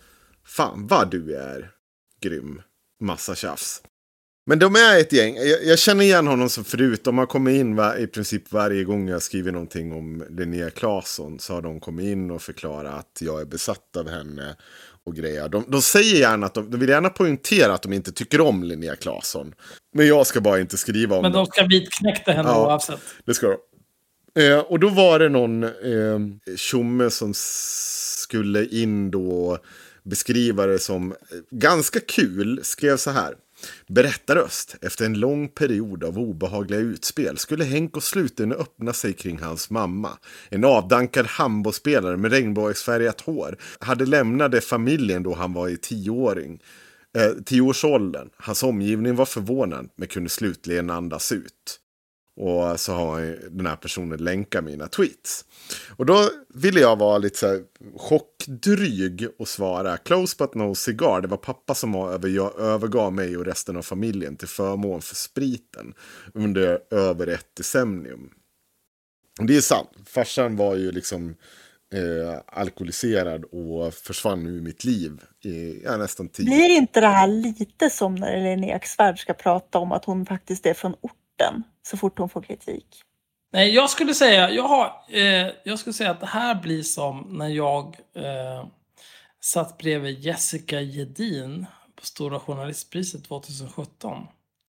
Fan vad du är grym, massa tjafs. Men de är ett gäng. Jag, jag känner igen honom som förut. De har kommit in var, i princip varje gång jag skriver någonting om Linnea Claesson. Så har de kommit in och förklarat att jag är besatt av henne och grejer. De, de säger gärna att de, de vill gärna poängtera att de inte tycker om Linnea Claesson. Men jag ska bara inte skriva om Men de det. ska vitknäcka henne Ja, oavsett. Det ska de. Eh, och då var det någon eh, tjomme som skulle in då beskriva det som ganska kul. Skrev så här. Berättarröst. Efter en lång period av obehagliga utspel skulle Henk och slutligen öppna sig kring hans mamma. En avdankad handbollsspelare med regnbågsfärgat hår hade lämnade familjen då han var i tioåring. Eh, tioårsåldern. Hans omgivning var förvånad men kunde slutligen andas ut. Och så har den här personen länkat mina tweets. Och då ville jag vara lite så här chockdryg och svara. Close but no cigar. Det var pappa som över, övergav mig och resten av familjen till förmån för spriten under över ett decennium. Och det är sant. Farsan var ju liksom eh, alkoholiserad och försvann ur mitt liv i ja, nästan tio. Blir inte det här lite som när Linnea Svärd ska prata om att hon faktiskt är från orten så fort hon får kritik? Nej, jag skulle säga, jag, har, eh, jag skulle säga att det här blir som när jag eh, satt bredvid Jessica Gedin på Stora Journalistpriset tjugohundrasjutton.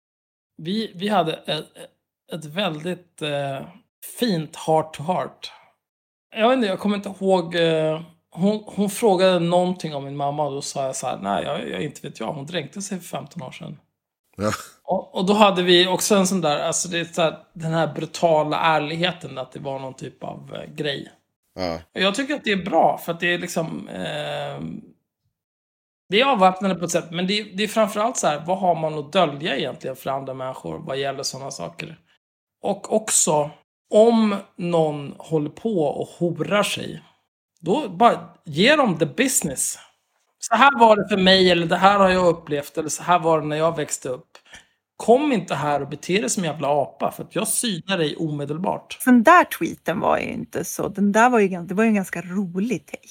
Vi, vi hade ett, ett väldigt eh, fint heart to heart. Jag vet inte, jag kommer inte ihåg. Eh, hon, hon frågade någonting om min mamma och då sa jag så här, nej, jag, jag inte vet jag. Hon dränkte sig för femton år sedan. Ja. Och, och då hade vi också en sån där, alltså det är så här, den här brutala ärligheten att det var någon typ av eh, grej. Ja. Och jag tycker att det är bra för att det är liksom, eh, Det är avväpnande på ett sätt, men det är, det är framförallt så här, vad har man att dölja egentligen för andra människor vad gäller sådana saker? Och också, om någon håller på och horar sig, då bara ge dem the business. Så här var det för mig, eller det här har jag upplevt, eller så här var det när jag växte upp. Kom inte här och bete dig som jävla apa, för att jag synar dig omedelbart. Den där tweeten var ju inte så, den där var ju, det var ju en ganska rolig take.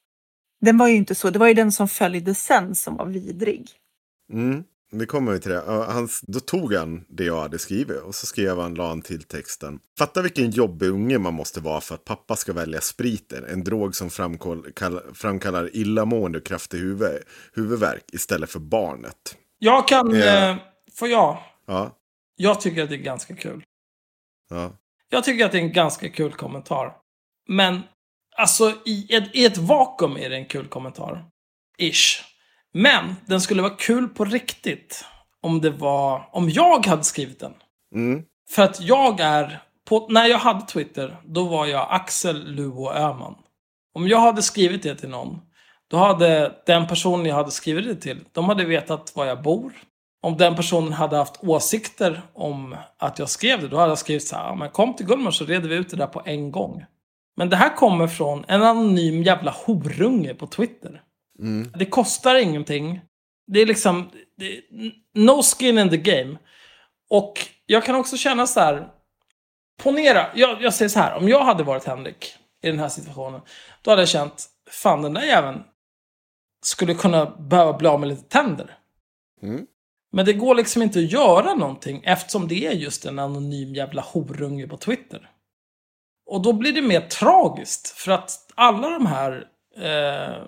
Den var ju inte så, det var ju den som följde sen som var vidrig. Mm, vi kommer ju till det. Han, då tog han det jag hade skrivit och så skrev han, la han till texten. Fatta vilken jobbig unge man måste vara för att pappa ska välja spriten. En drog som framkall, framkallar illamående och kraftig huvud, huvudvärk istället för barnet. Jag kan, Ja. eh, får jag? Ja. Jag tycker att det är ganska kul. Ja. Jag tycker att det är en ganska kul kommentar. Men, alltså i ett, i ett vakuum är det en kul kommentar. Ish. Men, den skulle vara kul på riktigt. Om det var, om jag hade skrivit den. Mm. För att jag är, på, när jag hade Twitter, då var jag Axel Luo Öhman. Om jag hade skrivit det till någon, då hade den personen jag hade skrivit det till, de hade vetat var jag bor. Om den personen hade haft åsikter om att jag skrev det, då hade jag skrivit så här, men kom till Gullmar så reder vi ut det där på en gång. Men det här kommer från en anonym jävla horunge på Twitter. Mm. Det kostar ingenting. Det är liksom, det är no skin in the game. Och jag kan också känna så här, ponera, jag, jag säger så här, om jag hade varit Henrik i den här situationen, då hade jag känt, fan den där jäveln skulle kunna behöva bli av med lite tänder. Mm. Men det går liksom inte att göra någonting eftersom det är just en anonym jävla horunge på Twitter. Och då blir det mer tragiskt för att alla de här eh,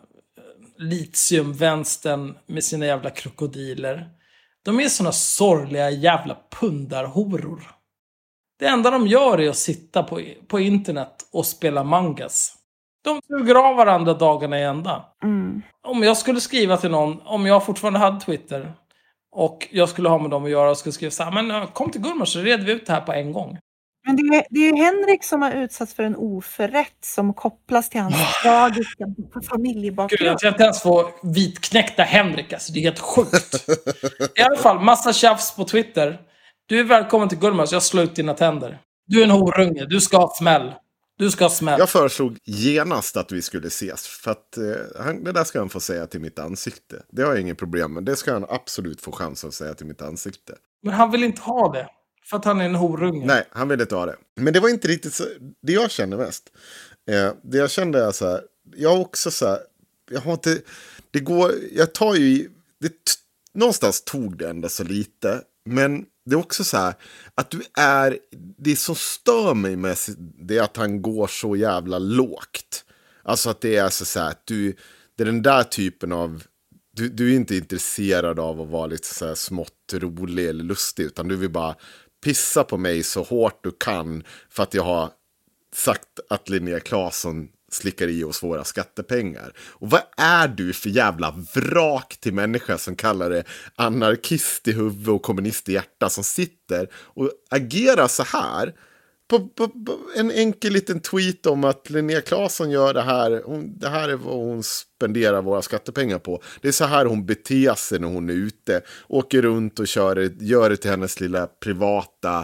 litiumvänstern med sina jävla krokodiler, de är såna sorgliga jävla pundarhoror. Det enda de gör är att sitta på, på internet och spela mangas. De suger av varandra dagarna i ända. Mm. Om jag skulle skriva till någon, om jag fortfarande hade Twitter och jag skulle ha med dem att göra och skulle skriva så här, men kom till Gullmar så reder vi ut det här på en gång. Men det är, det är ju Henrik som har utsatts för en oförrätt som kopplas till hans tragiska familjebakgrund. Gud, jag ska inte ens få vitknäckta Henrik, alltså det är helt sjukt. I alla fall, massa tjafs på Twitter. Du är välkommen till Gullmar så jag slår ut dina tänder. Du är en horunge, du ska ha smäll. Du ska ha smäll. Jag föreslog genast att vi skulle ses. För att eh, han, det där ska han få säga till mitt ansikte. Det har jag inget problem med. Det ska han absolut få chans att säga till mitt ansikte. Men han vill inte ha det. För att han är en horunge. Nej, han vill inte ha det. Men det var inte riktigt så, det jag kände mest. Eh, det jag kände är så här. Jag har också så här. Jag har inte. Det går. Jag tar ju. Det, någonstans tog det ändå så lite. Men det är också så här. Att du är. Det som stör mig med det är att han går så jävla lågt. Alltså att det är så, så här. Att du. Det är den där typen av. Du, du är inte intresserad av att vara lite så här smått rolig eller lustig. Utan du vill bara pissa på mig så hårt du kan för att jag har sagt att Linnea Claesson slickar i oss våra skattepengar. Och vad är du för jävla vrak till människa som kallar det anarkist i huvud och kommunist i hjärta som sitter och agerar så här på, på, på en enkel liten tweet om att Linnea Claesson gör det här. Hon, det här är vad hon spenderar våra skattepengar på. Det är så här hon beter sig när hon är ute. Åker runt och kör, gör det till hennes lilla privata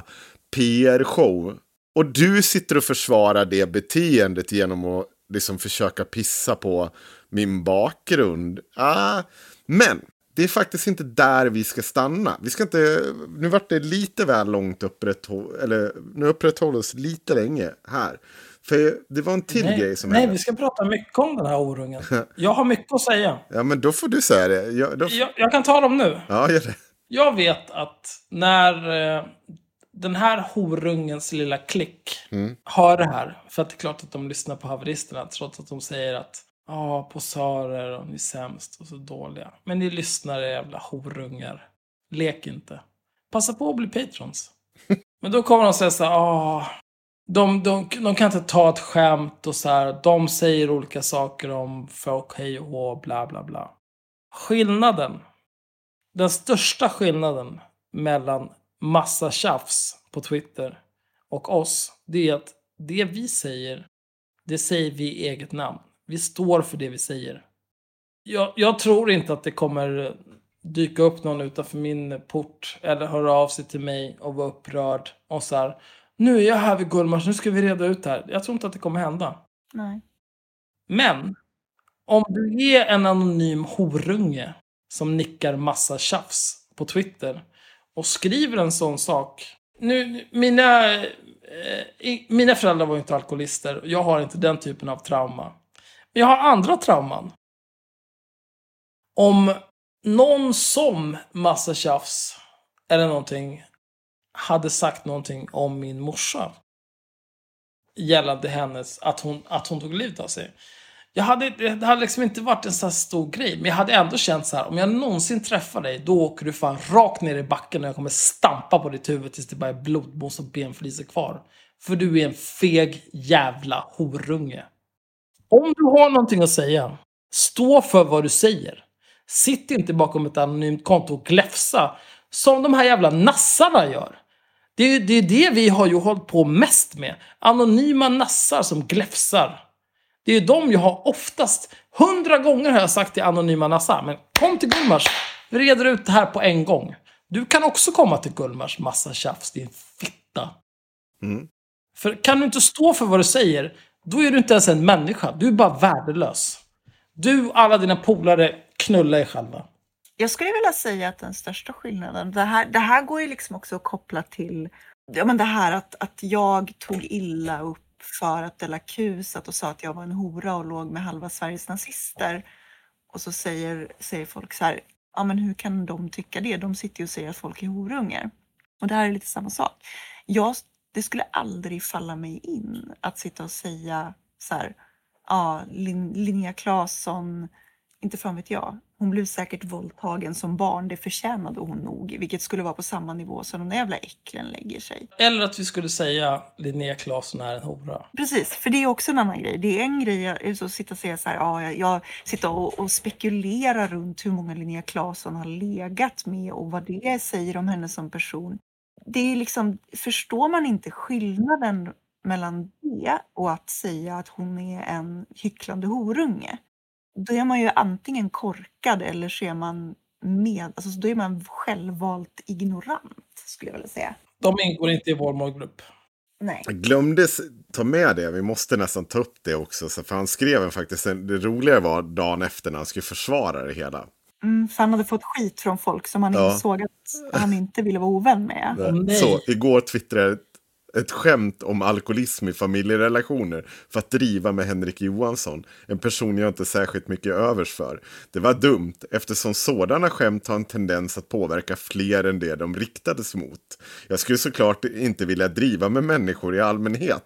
P R-show. Och du sitter och försvarar det beteendet genom att liksom försöka pissa på min bakgrund. Ah, men det är faktiskt inte där vi ska stanna. Vi ska inte, nu vart det lite väl långt upprätthåll, eller nu upprätthålls lite länge här. För det var en till nej, grej som Nej, hände. vi ska prata mycket om den här orungen. Jag har mycket att säga. Ja, men då får du säga det. Jag, då... jag, jag kan ta dem nu. Ja, gör det. Jag vet att när eh, den här horungens lilla klick Mm. hör det här. För att det är klart att de lyssnar på haveristerna. Trots att de säger att ja, oh, posörer och ni är sämst och så dåliga. Men ni lyssnar jävla horungar. Lek inte. Passa på att bli patrons. Men då kommer de säga så här, ja, oh, de, de, de kan inte ta ett skämt och så här. De säger olika saker om folk, hej och hå, bla bla bla. Skillnaden, den största skillnaden mellan massa tjafs på Twitter och oss, det är att det vi säger, det säger vi i eget namn. Vi står för det vi säger. Jag, jag tror inte att det kommer dyka upp någon utanför min port eller höra av sig till mig och vara upprörd och så här, nu är jag här vid Gullmars, nu ska vi reda ut det här. Jag tror inte att det kommer hända. Nej. Men om du är en anonym horunge som nickar massa tjafs på Twitter och skriver en sån sak. Nu, mina, eh, mina föräldrar var ju inte alkoholister. Jag har inte den typen av trauma. Men jag har andra trauman. Om någon som massa tjafs eller någonting hade sagt någonting om min morsa gällande hennes, att hon, att hon tog livet av sig. Jag hade, det hade liksom inte varit en så här stor grej, men jag hade ändå känt så här, om jag någonsin träffar dig, då åker du fan rakt ner i backen och jag kommer stampa på ditt huvud tills det bara är blodmås och benfliser kvar. För du är en feg jävla horunge. Om du har någonting att säga, stå för vad du säger. Sitt inte bakom ett anonymt konto och gläfsa som de här jävla nassarna gör. Det är det, är det vi har ju hållit på mest med. Anonyma nassar som gläfsar. Det är de jag har oftast, hundra gånger har jag sagt till anonyma nassar. Men kom till Gullmars, vi reder ut det här på en gång. Du kan också komma till Gullmars, massa tjafs, din fitta. Mm. För kan du inte stå för vad du säger, då är du inte ens en människa. Du är bara värdelös. Du och alla dina polare knullar er själva. Jag skulle vilja säga att den största skillnaden, det här, det här går ju liksom också att koppla till, ja, men det här att, att jag tog illa upp för att Della Q satt och sa att jag var en hora och låg med halva Sveriges nazister. Och så säger, säger folk så här, ja men hur kan de tycka det? De sitter ju och säger att folk är horungar. Och det här är lite samma sak. Jag, det skulle aldrig falla mig in att sitta och säga så här, ja, Lin, Linnea Claesson, inte fan vet jag. Hon blev säkert våldtagen som barn, det förtjänade hon nog. Vilket skulle vara på samma nivå som de där jävla äcklen lägger sig. Eller att vi skulle säga Linnea Claesson är en hora. Precis, för det är också en annan grej. Det är en grej att sitta och säga så här, ja, jag, jag sitter och, och spekulerar runt hur många Linnea Claesson har legat med och vad det säger om henne som person. Det är liksom, förstår man inte skillnaden mellan det och att säga att hon är en hycklande horunge? Då är man ju antingen korkad eller så är man med, alltså då är man självvalt ignorant, skulle jag vilja säga. De ingår inte i vår målgrupp. Nej. Jag glömde ta med det, vi måste nästan ta upp det också. För han skrev en faktiskt, det roliga var dagen efter när han skulle försvara det hela. Mm, för han hade fått skit från folk som han Ja. insåg att han inte ville vara ovän med. Åh, nej. Så igår twittrade jag ett skämt om alkoholism i familjerelationer för att driva med Henrik Johansson, en person jag inte särskilt mycket övers för. Det var dumt eftersom sådana skämt har en tendens att påverka fler än det de riktades mot. Jag skulle såklart inte vilja driva med människor i allmänhet.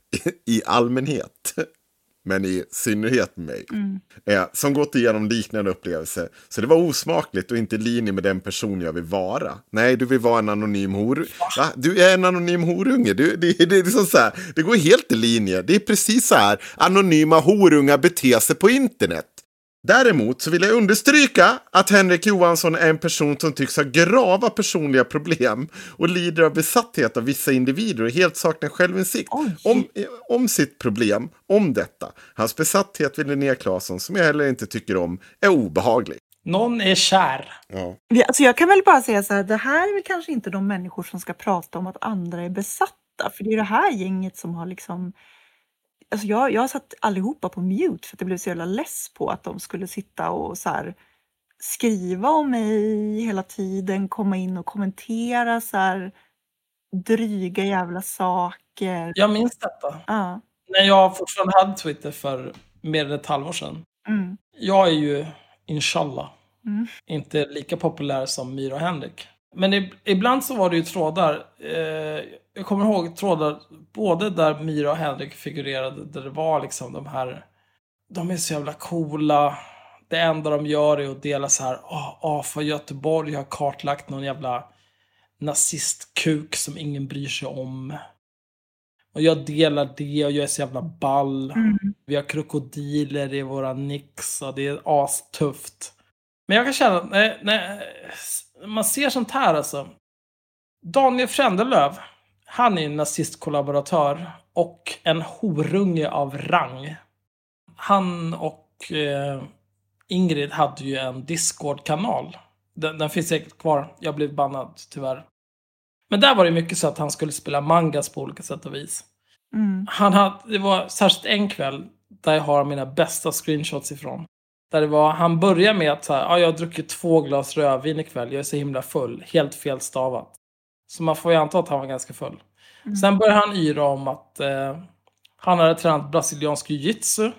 I allmänhet. Men i synnerhet med mig. Mm. Eh, som gått igenom liknande upplevelser. Så det var osmakligt och inte i linje med den person jag vill vara. Nej, du vill vara en anonym hor. Va? Du är en anonym horunge. Du, det, det, det är liksom så här, det går helt i linje. Det är precis så här. Anonyma horungar beter sig på internet. Däremot så vill jag understryka att Henrik Johansson är en person som tycks ha grava personliga problem och lider av besatthet av vissa individer och helt saknar självinsikt om, om sitt problem, om detta. Hans besatthet vid Linnea Claesson, som jag heller inte tycker om, är obehaglig. Någon är kär. Ja. Alltså jag kan väl bara säga så här, det här är väl kanske inte de människor som ska prata om att andra är besatta. För det är det här gänget som har liksom... Alltså jag, jag har satt allihopa på mute för att jag blev så jävla less på att de skulle sitta och så här skriva om mig hela tiden, komma in och kommentera så här dryga jävla saker. Jag minns detta. Ja. När jag fortfarande hade Twitter för mer än ett halvår sedan. Mm. Jag är ju, inshallah, Mm. inte lika populär som Myra och Henrik. Men i, ibland så var det ju trådar. Eh, jag kommer ihåg trådar både där Myra och Henrik figurerade. Där det var liksom de här. De är så jävla coola. Det enda de gör är att dela så här. Åh, oh, för Göteborg har kartlagt någon jävla nazistkuk som ingen bryr sig om. Och jag delar det och jag är så jävla ball. Mm. Vi har krokodiler i våra nix och det är astufft. Men jag kan känna, nej, nej, man ser sånt här alltså. Daniel Frändelöv, han är en nazistkollaboratör och en horunge av rang. Han och eh, Ingrid hade ju en Discord-kanal. Den, den finns säkert kvar. Jag blev bannad, tyvärr. Men där var det mycket så att han skulle spela mangas på olika sätt och vis. Mm. Han hade, det var särskilt en kväll där jag har mina bästa screenshots ifrån. Där det var, han börjar med att så här, ja, jag har druckit två glas rödvin ikväll. Jag är så himla full. Helt fel stavat. Så man får ju anta att han var ganska full. Mm. Sen börjar han yra om att eh, han hade tränat brasiliansk jiu-jitsu.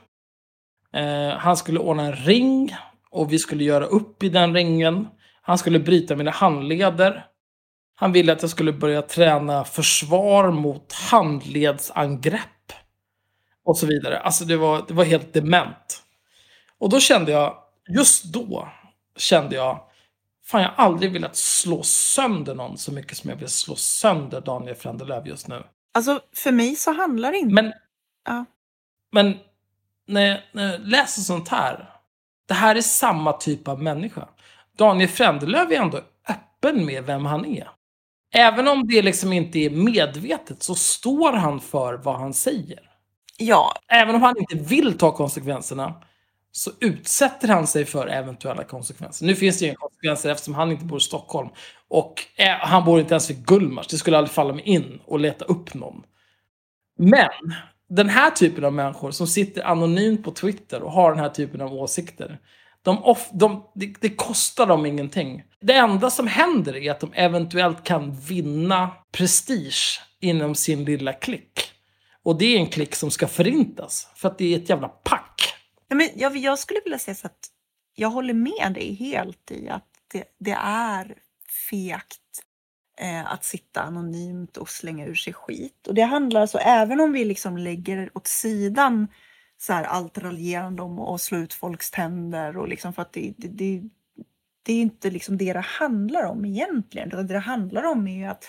Eh, han skulle ordna en ring. Och vi skulle göra upp i den ringen. Han skulle bryta mina handleder. Han ville att jag skulle börja träna försvar mot handledsangrepp. Och så vidare. Alltså det var, det var helt dement. Och då kände jag, just då kände jag, fan jag har aldrig velat slå sönder någon så mycket som jag vill slå sönder Daniel Frändelöv just nu. Alltså för mig så handlar det inte... Men, ja. men när, jag, när jag läser sånt här, det här är samma typ av människa. Daniel Frändelöv är ändå öppen med vem han är. Även om det liksom inte är medvetet så står han för vad han säger. Ja. Även om han inte vill ta konsekvenserna så utsätter han sig för eventuella konsekvenser. Nu finns det ju inga konsekvenser eftersom han inte bor i Stockholm. Och eh, han bor inte ens vid Gullmars. Det skulle aldrig falla mig in och leta upp någon. Men den här typen av människor som sitter anonymt på Twitter och har den här typen av åsikter. De off, de, det, det kostar dem ingenting. Det enda som händer är att de eventuellt kan vinna prestige inom sin lilla klick. Och det är en klick som ska förintas. För att det är ett jävla pack. Ja, men jag, jag skulle vilja säga så att jag håller med dig helt i att det, det är fegt eh, att sitta anonymt och slänga ur sig skit. Och det handlar alltså, även om vi liksom lägger åt sidan så här, allt raljerande om att slå ut folks tänder. Och liksom för att det, det, det, det är inte liksom det det handlar om egentligen. Det det handlar om är att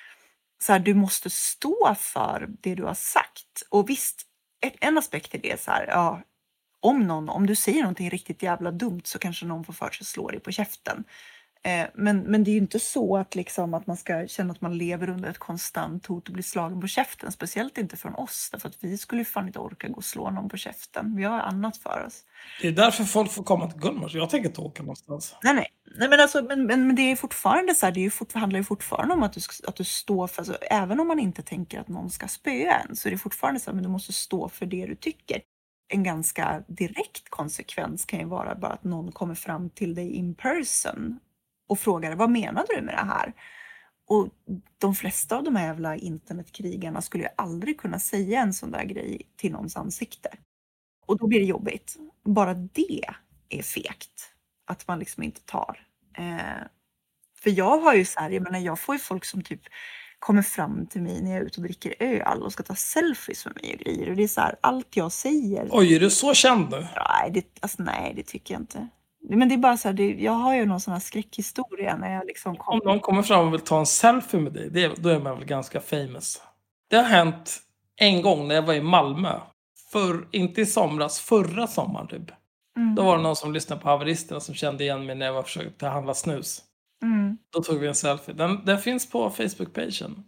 så här, du måste stå för det du har sagt. Och visst, ett, en aspekt är det så här, ja, om någon, om du säger någonting riktigt jävla dumt så kanske någon får för sig att slå dig på käften. Eh, men, men det är ju inte så att, liksom, att man ska känna att man lever under ett konstant hot och bli slagen på käften. Speciellt inte från oss, därför att vi skulle fan inte orka gå och slå någon på käften. Vi har annat för oss. Det är därför folk får komma till Gullmars. Jag tänker inte åka någonstans. Nej, nej. nej men, alltså, men, men, men det är fortfarande så här, det är ju fort, handlar ju fortfarande om att du, att du står för, alltså, även om man inte tänker att någon ska spöa en, så är det fortfarande så här, men du måste stå för det du tycker. En ganska direkt konsekvens kan ju vara bara att någon kommer fram till dig in person och frågar, vad menade du med det här? Och de flesta av de här jävla internetkrigarna skulle ju aldrig kunna säga en sån där grej till någons ansikte. Och då blir det jobbigt. Bara det är fegt. Att man liksom inte tar. Eh, för jag har ju så här, jag menar, jag får ju folk som typ kommer fram till mig när jag är ute och dricker öl och ska ta selfies med mig och grejer. Och det är så här, allt jag säger. Oj, är du så känd nu? Nej, det, alltså, nej, det tycker jag inte. Men det är bara så här, det, jag har ju någon sån här skräckhistoria när jag liksom kom. Om någon kommer fram och vill ta en selfie med dig, det, då är man väl ganska famous. Det har hänt en gång när jag var i Malmö. För, inte i somras, förra sommaren typ. Mm. Då var det någon som lyssnade på haveristerna som kände igen mig när jag var försökte handla snus. Mm. Då tog vi en selfie. Den, den finns på Facebook-pagen.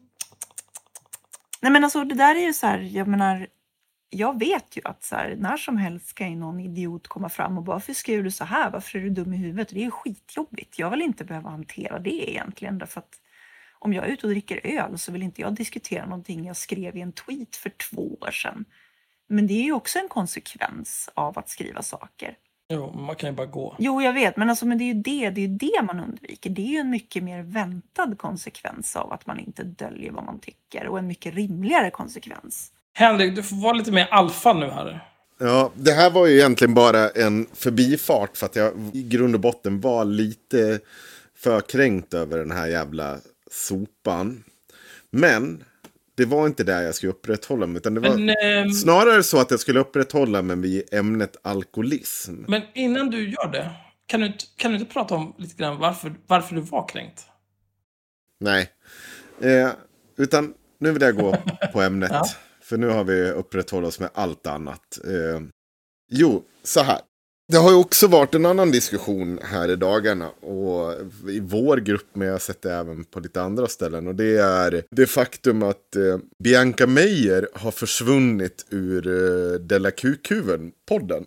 Nej men alltså det där är ju så här, jag menar, jag vet ju att så här, när som helst ska ju någon idiot komma fram och bara, varför skriver du så här? Varför är du dum i huvudet? Det är ju skitjobbigt. Jag vill inte behöva hantera det egentligen, därför att om jag är ute och dricker öl så vill inte jag diskutera någonting jag skrev i en tweet för två år sedan. Men det är ju också en konsekvens av att skriva saker. Jo, man kan ju bara gå. Jo, jag vet. Men, alltså, men det är ju det, det, är ju det man undviker. Det är ju en mycket mer väntad konsekvens av att man inte döljer vad man tycker. Och en mycket rimligare konsekvens. Henrik, du får vara lite mer alfa nu här. Ja, det här var ju egentligen bara en förbifart. För att jag i grund och botten var lite för kränkt över den här jävla sopan. Men det var inte där jag skulle upprätthålla mig, utan det var men, eh, snarare så att jag skulle upprätthålla mig vid ämnet alkoholism. Men innan du gör det, kan du, kan du inte prata om lite grann varför, varför du var kränkt? Nej, eh, utan nu vill jag gå på ämnet. Ja. För nu har vi upprätthållit oss med allt annat. Eh, jo, så här. Det har ju också varit en annan diskussion här i dagarna och i vår grupp, men jag har sett det även på lite andra ställen. Och det är det faktum att eh, Bianca Meijer har försvunnit ur eh, Della Q-kuven-podden.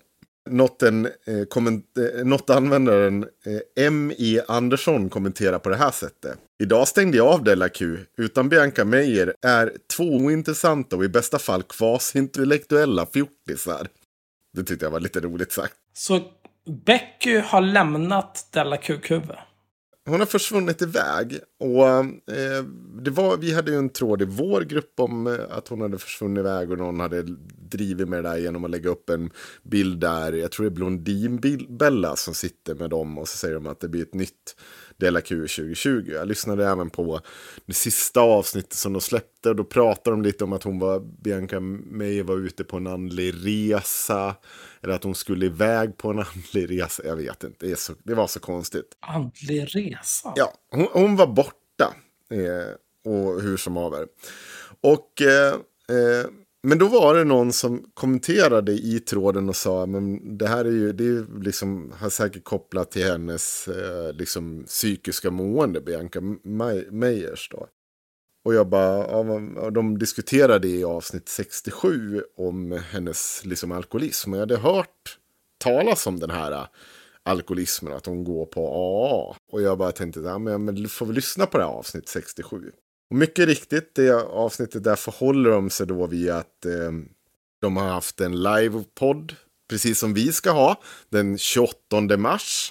Något, en, eh, komment- eh, något användaren eh, M E Andersson kommenterar på det här sättet. Idag stängde jag av Della Q. Utan Bianca Meijer är två ointressanta och i bästa fall kvasintellektuella fjortisar. Det tyckte jag var lite roligt sagt. Så Becky har lämnat Della Q-Q-V. Hon har försvunnit iväg. Och eh, det var, vi hade ju en tråd i vår grupp om eh, att hon hade försvunnit iväg. Och någon hade drivit med det där genom att lägga upp en bild där. Jag tror det är Blondinbella som sitter med dem. Och så säger de att det blir ett nytt Della Q tjugo tjugo. Jag lyssnade även på det sista avsnittet som de släppte. Och då pratade de lite om att hon var, Bianca Meijer var ute på en andlig resa. Eller att hon skulle iväg på en andlig resa. Jag vet inte, det, är så, det var så konstigt. Andlig resa? Ja, hon, hon var borta. Eh, och hur som haver. Och... Eh, eh, Men då var det någon som kommenterade i tråden och sa men det här är ju, det är liksom, har säkert kopplat till hennes eh, liksom, psykiska mående, Bianca Meijers då. Och jag bara, ja, de diskuterade i avsnitt sextiosju om hennes liksom, alkoholism. Och jag hade hört talas om den här alkoholismen, att hon går på A A. Och jag bara tänkte, ja, men, men får vi lyssna på det här avsnitt sextiosju? Och mycket riktigt, det avsnittet där förhåller de sig då vid att eh, de har haft en live-podd, precis som vi ska ha, den tjugoåttonde mars.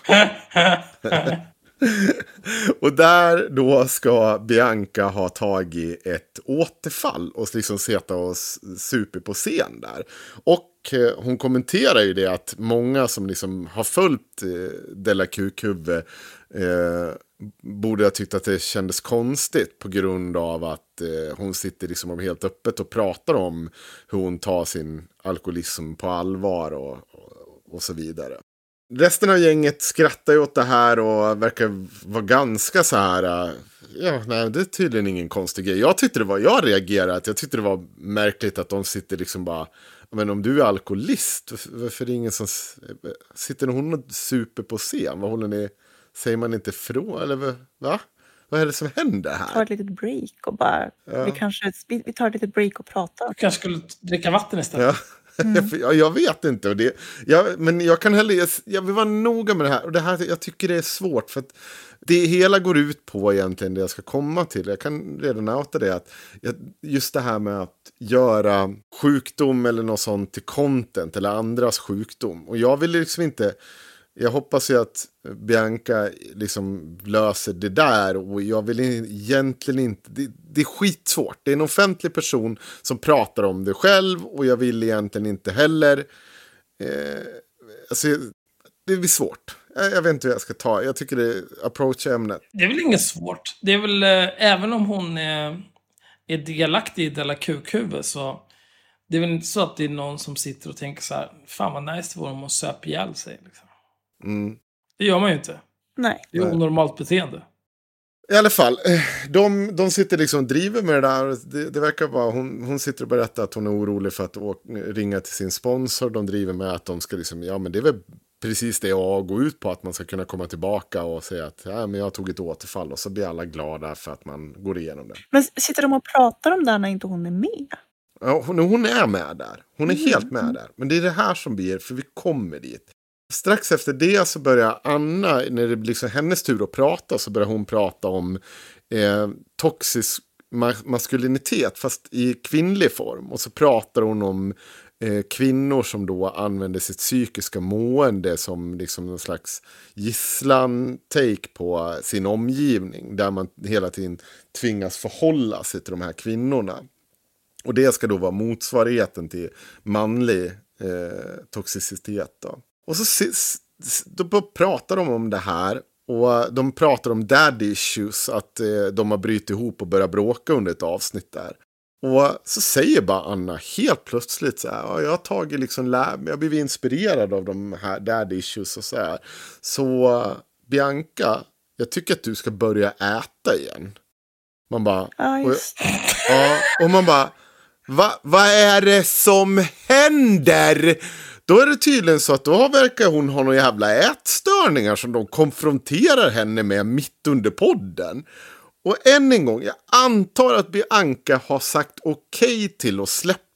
Och där då ska Bianca ha tagit ett återfall och liksom sätta oss super på scen där. Och eh, hon kommenterar ju det att många som liksom har följt eh, Della Q-Q-V eh, borde ha tyckt att det kändes konstigt på grund av att eh, hon sitter liksom helt öppet och pratar om hur hon tar sin alkoholism på allvar och, och, och så vidare. Resten av gänget skrattar ju åt det här och verkar vara ganska så här, ja, nej, det är tydligen ingen konstig grej. Jag tyckte det var, jag reagerade att jag tyckte det var märkligt att de sitter liksom bara, men om du är alkoholist, varför är det ingen som, sitter hon och super på scen? Vad håller ni, säger man inte från, eller va? Vad är det som händer här? Vi tar ett litet break och bara, ja. vi kanske, vi tar ett litet break och pratar. Du kanske skulle dricka vatten istället. Ja. Mm. jag, jag vet inte. Och det, jag, men jag kan heller, jag, jag vill vara noga med det här. Och det här, jag tycker det är svårt. För att det hela går ut på egentligen det jag ska komma till. Jag kan redan outa det. Att just det här med att göra sjukdom eller något sånt till content. Eller andras sjukdom. Och jag vill liksom inte... Jag hoppas ju att Bianca liksom löser det där. Och jag vill egentligen inte... Det, det är skitsvårt. Det är en offentlig person som pratar om det själv. Och jag vill egentligen inte heller... Eh, alltså, det blir svårt. Jag, jag vet inte hur jag ska ta. Jag tycker det är approach ämnet. Det är väl inget svårt. Det är väl... Eh, även om hon är, är delaktig i Della Q-Q-V så... Det är väl inte så att det är någon som sitter och tänker så här... Fan vad nice det var om hon söp ihjäl sig liksom. Mm. Det gör man ju inte. Nej. Det är onormalt beteende. I alla fall, de, de sitter liksom och driver med det där. Det, det verkar vara, hon, hon sitter och berättar att hon är orolig för att åka, ringa till sin sponsor. De driver med att de ska liksom, ja men det är väl precis det jag går ut på. Att man ska kunna komma tillbaka och säga att ja, men jag tog ett återfall. Och så blir alla glada för att man går igenom det. Men sitter de och pratar om det när inte hon är med? Ja, hon, hon är med där. Hon är mm. helt med där. Men det är det här som blir, för vi kommer dit. Strax efter det så börjar Anna, när det blir liksom hennes tur att prata, så börjar hon prata om eh, toxisk ma- maskulinitet fast i kvinnlig form. Och så pratar hon om eh, kvinnor som då använder sitt psykiska mående som liksom någon slags gisslan-take på sin omgivning. Där man hela tiden tvingas förhålla sig till de här kvinnorna. Och det ska då vara motsvarigheten till manlig eh, toxicitet då. Och så då pratar de om det här. Och de pratar om daddy issues. Att eh, de har brytit ihop och börjat bråka under ett avsnitt där. Och så säger bara Anna helt plötsligt så här. Ja, jag har tagit liksom lä- jag har blivit inspirerad av de här daddy issues och så här. Så Bianca, jag tycker att du ska börja äta igen. Man bara... Ja, just det. Och, ja, och man bara... Va, vad är det som händer? Då är det tydligen så att då verkar hon ha några jävla ätstörningar som de konfronterar henne med mitt under podden. Och än en gång, jag antar att Bianca har sagt okej okay till att släppa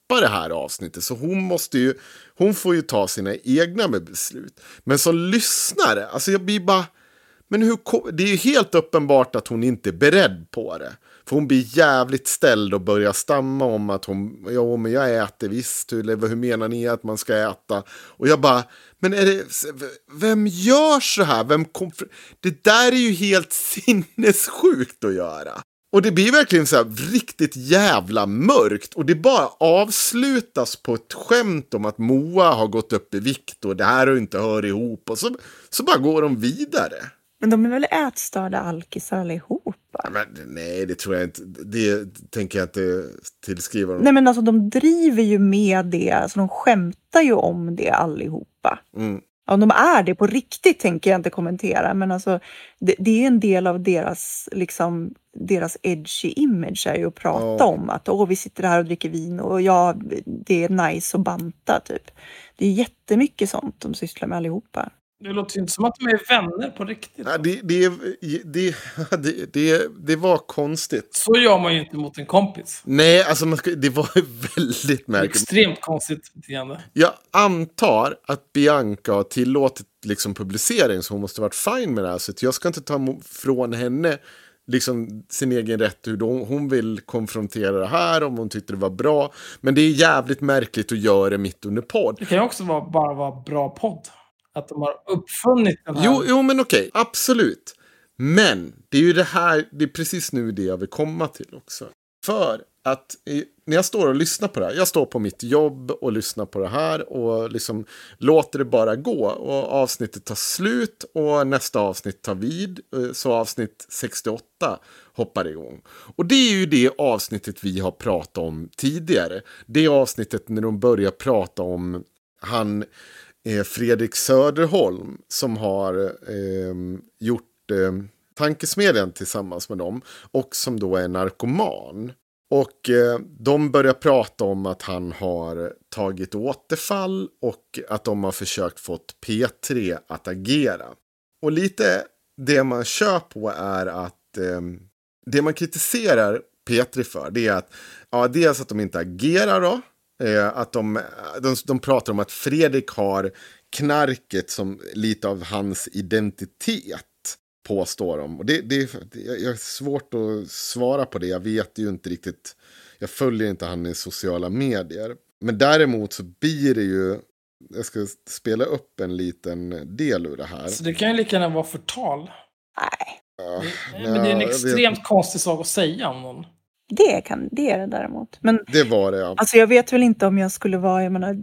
släppa det här avsnittet. Så hon måste ju, hon får ju ta sina egna beslut. Men som lyssnare, alltså jag blir bara, men hur, det är ju helt uppenbart att hon inte är beredd på det. För hon blir jävligt ställd och börjar stamma om att hon, ja men jag äter visst, hur, hur menar ni att man ska äta? Och jag bara, men är det, vem gör så här? Vem kom, det där är ju helt sinnessjukt att göra. Och det blir verkligen så här riktigt jävla mörkt. Och det bara avslutas på ett skämt om att Moa har gått upp i vikt och det här har inte hör ihop. Och så, så bara går de vidare. Men de är väl ätstörda alkisar allihopa? Ja, men, nej, det tror jag inte. Det tänker jag inte tillskriva dem. Nej, men alltså de driver ju med det. Alltså de skämtar ju om det allihopa. Mm. Om de är det på riktigt tänker jag inte kommentera. Men alltså det, det är en del av deras, liksom, deras edgy image är ju att prata oh. om. Att åh, vi sitter här och dricker vin och ja, det är nice att banta typ. Det är jättemycket sånt de sysslar med allihopa. Det låter ju inte som att de är vänner på riktigt. Ja, det, det, det, det, det, det var konstigt. Så gör man ju inte mot en kompis. Nej, alltså man ska, det var väldigt märkligt. Extremt konstigt beteende. Jag antar att Bianca har tillåtit liksom publicering, så hon måste ha varit fine med det här. Så jag ska inte ta från henne liksom sin egen rätt hur hon, hon vill konfrontera det här, om hon tyckte det var bra. Men det är jävligt märkligt att göra det mitt under podd. Det kan ju också vara, bara vara bra podd. Att de har uppfunnit den här. Jo, jo men okej, absolut. Men det är ju det här, det är precis nu det jag vill komma till också. För att eh, när jag står och lyssnar på det här, jag står på mitt jobb och lyssnar på det här och liksom låter det bara gå. Och avsnittet tar slut och nästa avsnitt tar vid. Så avsnitt sextioåtta hoppar igång. Och det är ju det avsnittet vi har pratat om tidigare. Det avsnittet när de börjar prata om han... Fredrik Söderholm som har eh, gjort eh, Tankesmedjan tillsammans med dem och som då är narkoman. Och eh, de börjar prata om att han har tagit återfall och att de har försökt fått P tre att agera. Och lite det man kör på är att eh, det man kritiserar P tre för, det är att ja, dels att de inte agerar då. Att de, de, de pratar om att Fredrik har knarket som lite av hans identitet, påstår de. Och det, det, det jag är svårt att svara på det. Jag vet ju inte riktigt. Jag följer inte han i sociala medier. Men däremot så blir det ju... Jag ska spela upp en liten del ur det här. Så det kan ju lika gärna vara förtal. Nej. Ja, det, men det är en extremt konstig sak att säga om någon. Det kan det är det däremot. Men det var det, ja. Alltså jag vet väl inte om jag skulle vara, jag menar,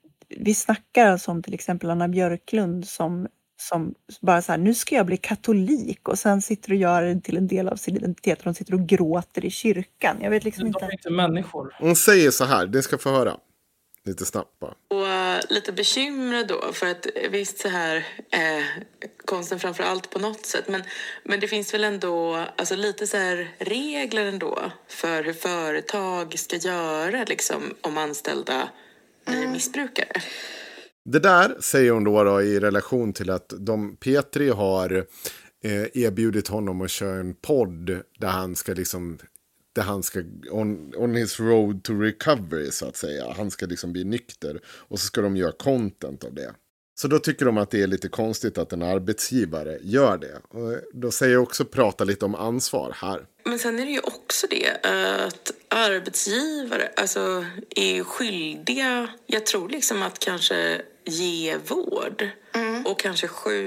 vi snackar alltså om till exempel Anna Björklund som, som bara så här, nu ska jag bli katolik och sen sitter och gör det till en del av sin identitet och de sitter och gråter i kyrkan. Jag vet liksom men inte. De är inte människor. Hon säger så här, det ska få höra. Lite snabbt bara. Och uh, lite bekymrad då, för att visst så här eh, konsten framför allt på något sätt, men, men det finns väl ändå alltså lite så här regler ändå för hur företag ska göra liksom om anställda blir missbrukare. Det där säger hon då, då i relation till att de P tre har eh, erbjudit honom att köra en podd där han ska liksom där han ska on, on his road to recovery så att säga. Han ska liksom bli nykter och så ska de göra content av det. Så då tycker de att det är lite konstigt att en arbetsgivare gör det. Och då säger jag också prata lite om ansvar här. Men sen är det ju också det att arbetsgivare alltså är skyldiga, jag tror liksom att kanske ge vård mm. och kanske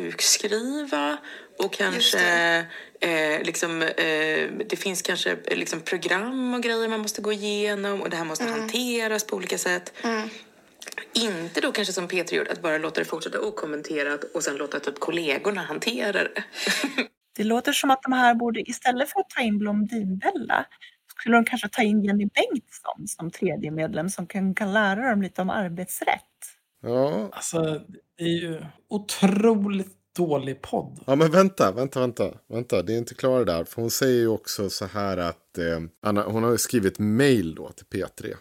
sjukskriva och kanske eh, liksom eh, det finns kanske liksom program och grejer man måste gå igenom och det här måste mm. hanteras på olika sätt. Mm. Inte då kanske som Peter gjorde, att bara låta det fortsätta okommenterat och sen låta typ kollegorna hantera det. Det låter som att de här borde, istället för att ta in Blondinbella, skulle de kanske ta in Jenny Bengtsson som tredje medlem som kan, kan lära dem lite om arbetsrätt. Ja. Alltså, det är ju otroligt dålig podd. Ja, men vänta, vänta, vänta, vänta. Det är inte klart där. För hon säger ju också så här att eh, Anna, hon har skrivit mail då till P tre.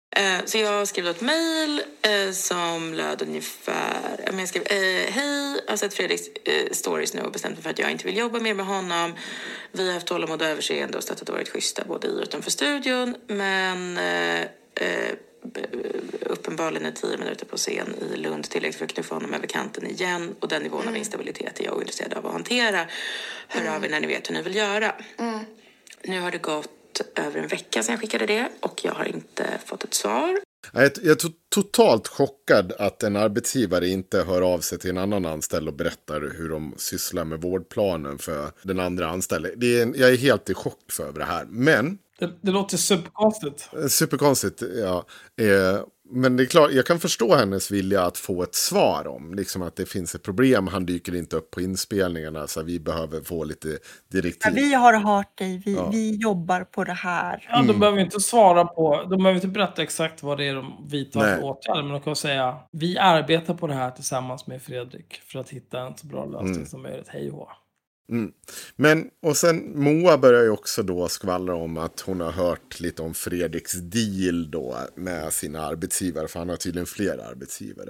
Så jag har skrivit ett mejl eh, som löd ungefär... Jag skrev, eh, hej, jag har sett Fredriks eh, stories nu och bestämt mig för att jag inte vill jobba mer med honom. Vi har haft tålamod och överseende och stöttat och varit schyssta både i och utanför studion. Men eh, eh, uppenbarligen är tio minuter på scen i Lund tillräckligt för att knuffa honom över kanten igen. Och den nivån mm. av instabilitet är jag intresserad av att hantera. Hör mm. av er när ni vet hur ni vill göra. Mm. Nu har det gått över en vecka sedan jag skickade det och jag har inte fått ett svar. Jag är totalt chockad att en arbetsgivare inte hör av sig till en annan anställd och berättar hur de sysslar med vårdplanen för den andra anställda. Det är, jag är helt i chock för det här. Men... Det, det låter superkonstigt. Superkonstigt, ja. Eh, men det är klart, jag kan förstå hennes vilja att få ett svar om. Liksom att det finns ett problem, han dyker inte upp på inspelningarna så vi behöver få lite direktiv. Ja, vi har hört dig, vi, ja. vi jobbar på det här. Ja, de mm. behöver inte svara på, de behöver inte berätta exakt vad det är de vidtar för åtgärder. Men de kan säga, vi arbetar på det här tillsammans med Fredrik för att hitta en så bra lösning mm. som möjligt, hej och hå. Mm. Men, och sen Moa börjar ju också då skvallra om att hon har hört lite om Fredriks deal då med sina arbetsgivare, för han har tydligen fler arbetsgivare.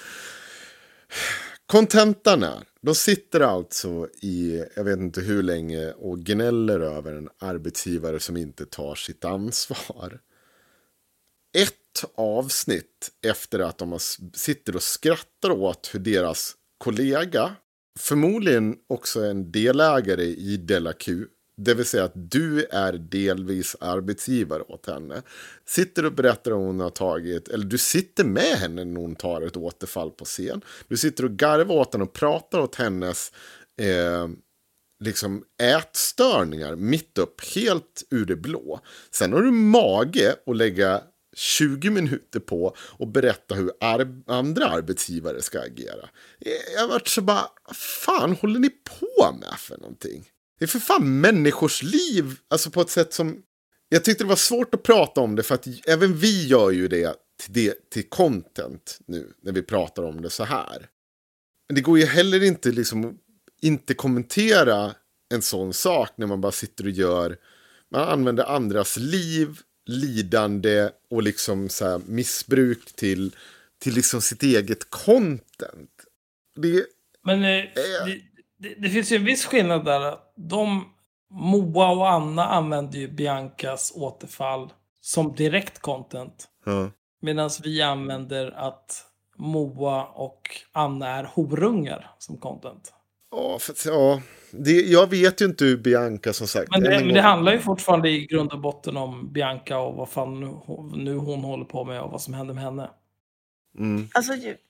Kontentan är, då sitter alltså i, jag vet inte hur länge, och gnäller över en arbetsgivare som inte tar sitt ansvar. Ett avsnitt efter att de sitter och skrattar åt hur deras kollega, förmodligen också en delägare i Della Q, det vill säga att du är delvis arbetsgivare åt henne, sitter och berättar om hon har tagit, eller du sitter med henne när hon tar ett återfall på scen. Du sitter och garvar åt henne och pratar åt hennes eh, liksom ätstörningar mitt upp, helt ur det blå. Sen har du mage att lägga tjugo minuter på och berätta hur ar- andra arbetsgivare ska agera. Jag har varit så bara, fan håller ni på med för någonting? Det är för fan människors liv, alltså på ett sätt som, jag tyckte det var svårt att prata om det, för att även vi gör ju det till, det, till content nu, när vi pratar om det så här. Men det går ju heller inte liksom, inte kommentera en sån sak när man bara sitter och gör, man använder andras liv, lidande och liksom så här missbruk till, till liksom sitt eget content. Det, Men eh, äh, det, det, det finns ju en viss skillnad där. De, Moa och Anna använder ju Biancas återfall som direkt content. Ja. Medan vi använder att Moa och Anna är horungar som content. Ja, för, ja det, jag vet ju inte hur Bianca som sagt. Men det, men det handlar ju fortfarande i grund och botten om Bianca och vad fan nu, nu hon håller på med och vad som händer med henne. Mm. Alltså,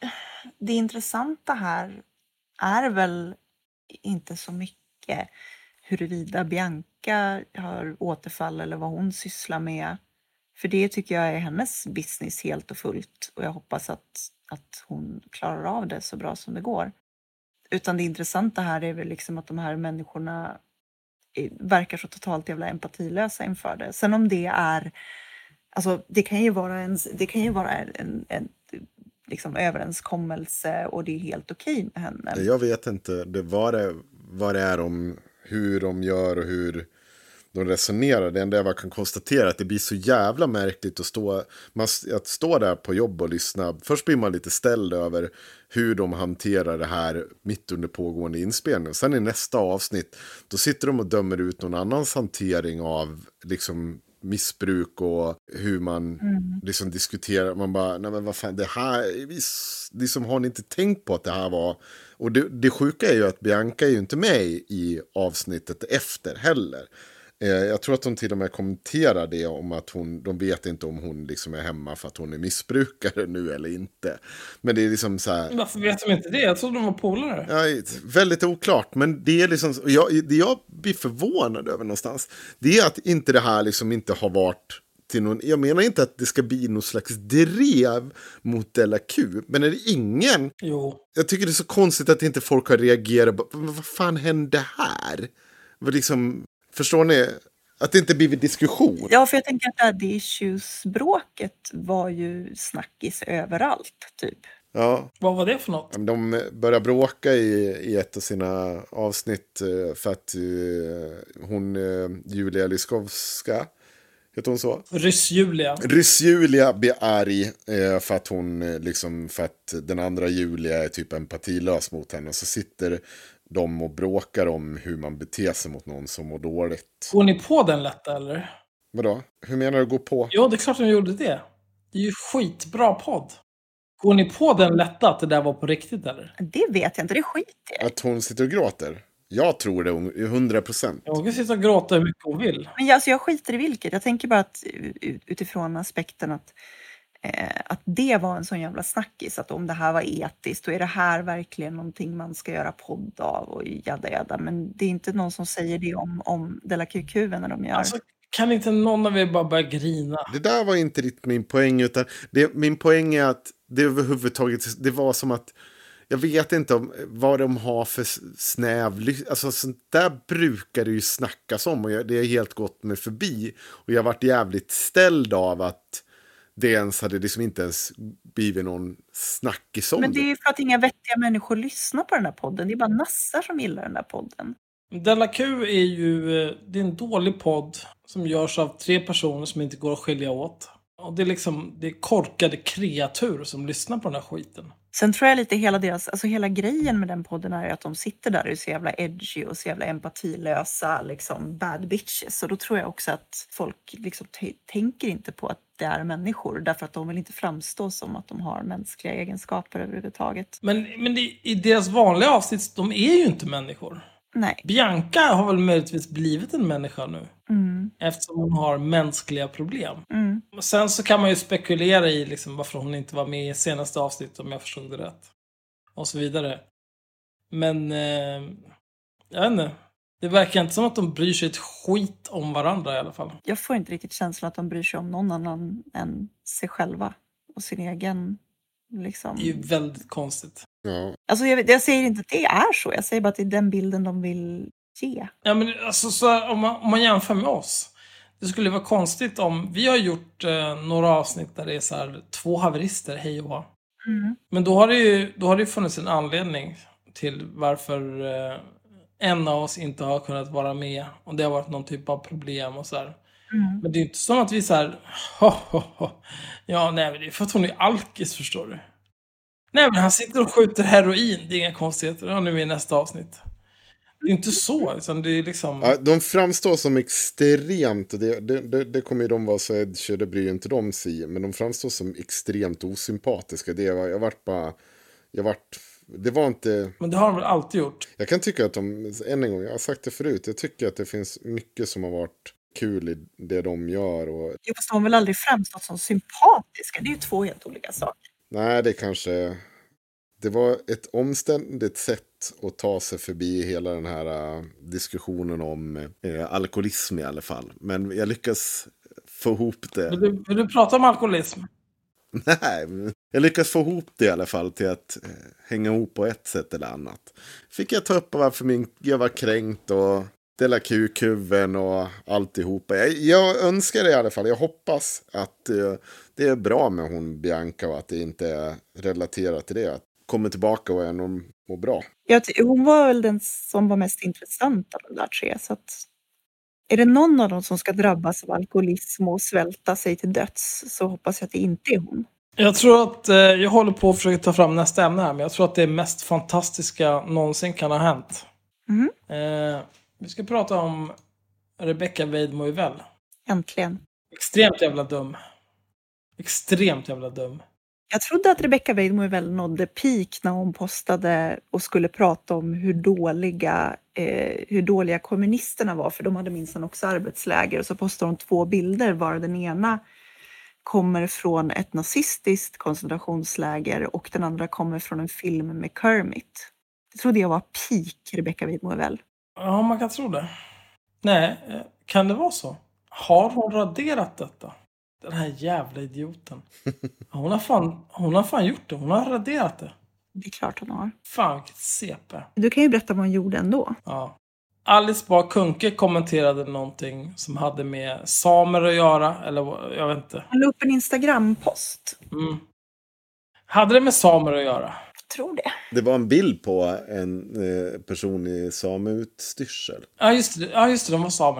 det intressanta här är väl inte så mycket huruvida Bianca har återfall eller vad hon sysslar med. För det tycker jag är hennes business helt och fullt. Och jag hoppas att, att hon klarar av det så bra som det går. Utan det intressanta här är väl liksom att de här människorna verkar så totalt jävla empatilösa inför det. Sen om det är, alltså det kan ju vara en, det kan ju vara en, en liksom överenskommelse och det är helt okej med henne. Jag vet inte det, vad, det, vad det är om hur de gör och hur de resonerar. Det enda jag kan konstatera är att det blir så jävla märkligt att stå, man, att stå där på jobb och lyssna. Först blir man lite ställd över hur de hanterar det här mitt under pågående inspelning. Sen i nästa avsnitt, då sitter de och dömer ut någon annans hantering av liksom missbruk och hur man mm. liksom diskuterar. Man bara, nej men vad fan, det här, liksom har ni inte tänkt på att det här var... Och det, det sjuka är ju att Bianca är ju inte med i avsnittet efter heller. Jag tror att de till och med kommenterar det om att hon, de vet inte om hon liksom är hemma för att hon är missbrukare nu eller inte. Men det är liksom så här... Varför vet de inte det? Jag trodde de var polare. Ja, väldigt oklart. Men det är liksom, jag, det jag blir förvånad över någonstans, det är att inte det här liksom inte har varit till någon... Jag menar inte att det ska bli någon slags drev mot Della Q, men är det ingen... Jo. Jag tycker det är så konstigt att inte folk har reagerat. Vad fan hände här? Vad liksom... Förstår ni? Att det inte blivit diskussion. Ja, för jag tänker att daddy issues-bråket var ju snackis överallt, typ. Ja. Vad var det för något? De började bråka i, i ett av sina avsnitt för att uh, hon, uh, Julia Lyskovska, heter hon så? Ryss-Julia. Ryss-Julia blir arg uh, för att hon, uh, liksom, för att den andra Julia är typ empatilös mot henne. Och så sitter de och bråkar om hur man beter sig mot någon som mår dåligt. Går ni på den lätta eller? Vadå? Hur menar du gå på? Ja, det är klart de gjorde det. Det är ju skitbra podd. Går ni på den lätta att det där var på riktigt eller? Det vet jag inte, det skiter jag. Att hon sitter och gråter. Jag tror det är hundra procent. Jag kan sitta och gråta hur mycket hon vill. Men jag, alltså jag skiter i vilket. Jag tänker bara att utifrån aspekten att, eh, att det var en sån jävla snackis. Att om det här var etiskt, då är det här verkligen någonting man ska göra podd av och jada jada. Men det är inte någon som säger det om, om Della Q Q när de gör. Alltså, kan inte någon av er bara börja grina? Det där var inte riktigt min poäng, utan det, min poäng är att det överhuvudtaget, det var som att jag vet inte om vad de har för snäv... Alltså sånt där brukar det ju snackas om och jag, det är helt gått med förbi. Och jag har varit jävligt ställd av att det ens hade liksom inte ens blivit någon snackis om det. Men det är ju för att inga vettiga människor lyssnar på den här podden. Det är bara nassar som gillar den där podden. Della Q är ju det är en dålig podd som görs av tre personer som inte går att skilja åt. Och det är liksom det är korkade kreatur som lyssnar på den här skiten. Sen tror jag lite hela deras, alltså hela grejen med den podden är att de sitter där och är så jävla edgy och så jävla empatilösa, liksom bad bitches. Och då tror jag också att folk liksom t- tänker inte på att det är människor, därför att de vill inte framstå som att de har mänskliga egenskaper överhuvudtaget. Men, men det, i deras vanliga avsnitt, de är ju inte människor. Nej. Bianca har väl möjligtvis blivit en människa nu. Mm. Eftersom hon har mänskliga problem. Mm. Sen så kan man ju spekulera i liksom varför hon inte var med i senaste avsnittet, om jag förstod det rätt. Och så vidare. Men eh, jag vet inte. Det verkar inte som att de bryr sig ett skit om varandra i alla fall. Jag får inte riktigt känslan att de bryr sig om någon annan än sig själva och sin egen liksom. Det är ju väldigt konstigt. Ja. Alltså jag, jag säger inte att det är så. Jag säger bara att det är den bilden de vill ge. Ja, men alltså, så om, man, om man jämför med oss. Det skulle vara konstigt om... Vi har gjort eh, några avsnitt där det är så här, två haverister, hej och hå. Mm. Men då har det ju då har det funnits en anledning till varför eh, en av oss inte har kunnat vara med. Och det har varit någon typ av problem och så här. Mm. Men det är ju inte som att vi så här... Ho, ho, ho. Ja, nej, men det är för att hon är alkis, förstår du. Nej, men han sitter och skjuter heroin. Det är inga konstigheter. Ja, nu är nästa avsnitt. Det är inte så, utan det är liksom... Ja, de framstår som extremt, det, det, det, det kommer ju de vara så edge, det bryr ju inte de sig, men de framstår som extremt osympatiska. Det var, jag vart bara, jag vart, det var inte... Men det har de väl alltid gjort? Jag kan tycka att de, än en gång, jag har sagt det förut, jag tycker att det finns mycket som har varit kul i det de gör. Och... Jo, fast de har väl aldrig framstått som sympatiska. Det är ju två helt olika saker. Nej, det kanske... Det var ett omständigt sätt att ta sig förbi hela den här uh, diskussionen om uh, alkoholism i alla fall. Men jag lyckas få ihop det. Vill du, vill du prata om alkoholism? Nej, jag lyckas få ihop det i alla fall till att uh, hänga ihop på ett sätt eller annat. Fick jag ta upp varför min, jag var kränkt och dela kukhuven och alltihopa. Jag, jag önskar det i alla fall. Jag hoppas att uh, det är bra med hon Bianca och att det inte är relaterat till det. Att kommer tillbaka och är någon mår bra. Jag, hon var väl den som var mest intressant av de där tre. Så att, är det någon av dem som ska drabbas av alkoholism och svälta sig till döds, så hoppas jag att det inte är hon. Jag tror att, eh, jag håller på att försöka ta fram nästa ämne här, men jag tror att det mest fantastiska någonsin kan ha hänt. Mm. Eh, vi ska prata om Rebecca Weidmo-Uvell. Äntligen. Extremt jävla dum. Extremt jävla dum. Jag trodde att Rebecca Weidmo-Uvell nådde peak när hon postade och skulle prata om hur dåliga, eh, hur dåliga kommunisterna var. För de hade minst också arbetsläger. Och så postade hon två bilder, var den ena kommer från ett nazistiskt koncentrationsläger och den andra kommer från en film med Kermit. Det trodde jag var peak Rebecca Weidmo-Uvell. Ja, man kan tro det. Nej, kan det vara så? Har hon raderat detta? Den här jävla idioten. Hon har fan, hon har fan gjort det. Hon har raderat det. Det är klart hon har. Fan, vilket C P. Du kan ju berätta vad hon gjorde ändå. Ja. Alice Bah Kuhnke kommenterade någonting som hade med samer att göra. Eller jag vet inte. Hon la upp en Instagram-post. Mm. Hade det med samer att göra? Jag tror det. Det var en bild på en eh, person i sameutstyrsel. Ja, just det. Ja, just det. De var samer.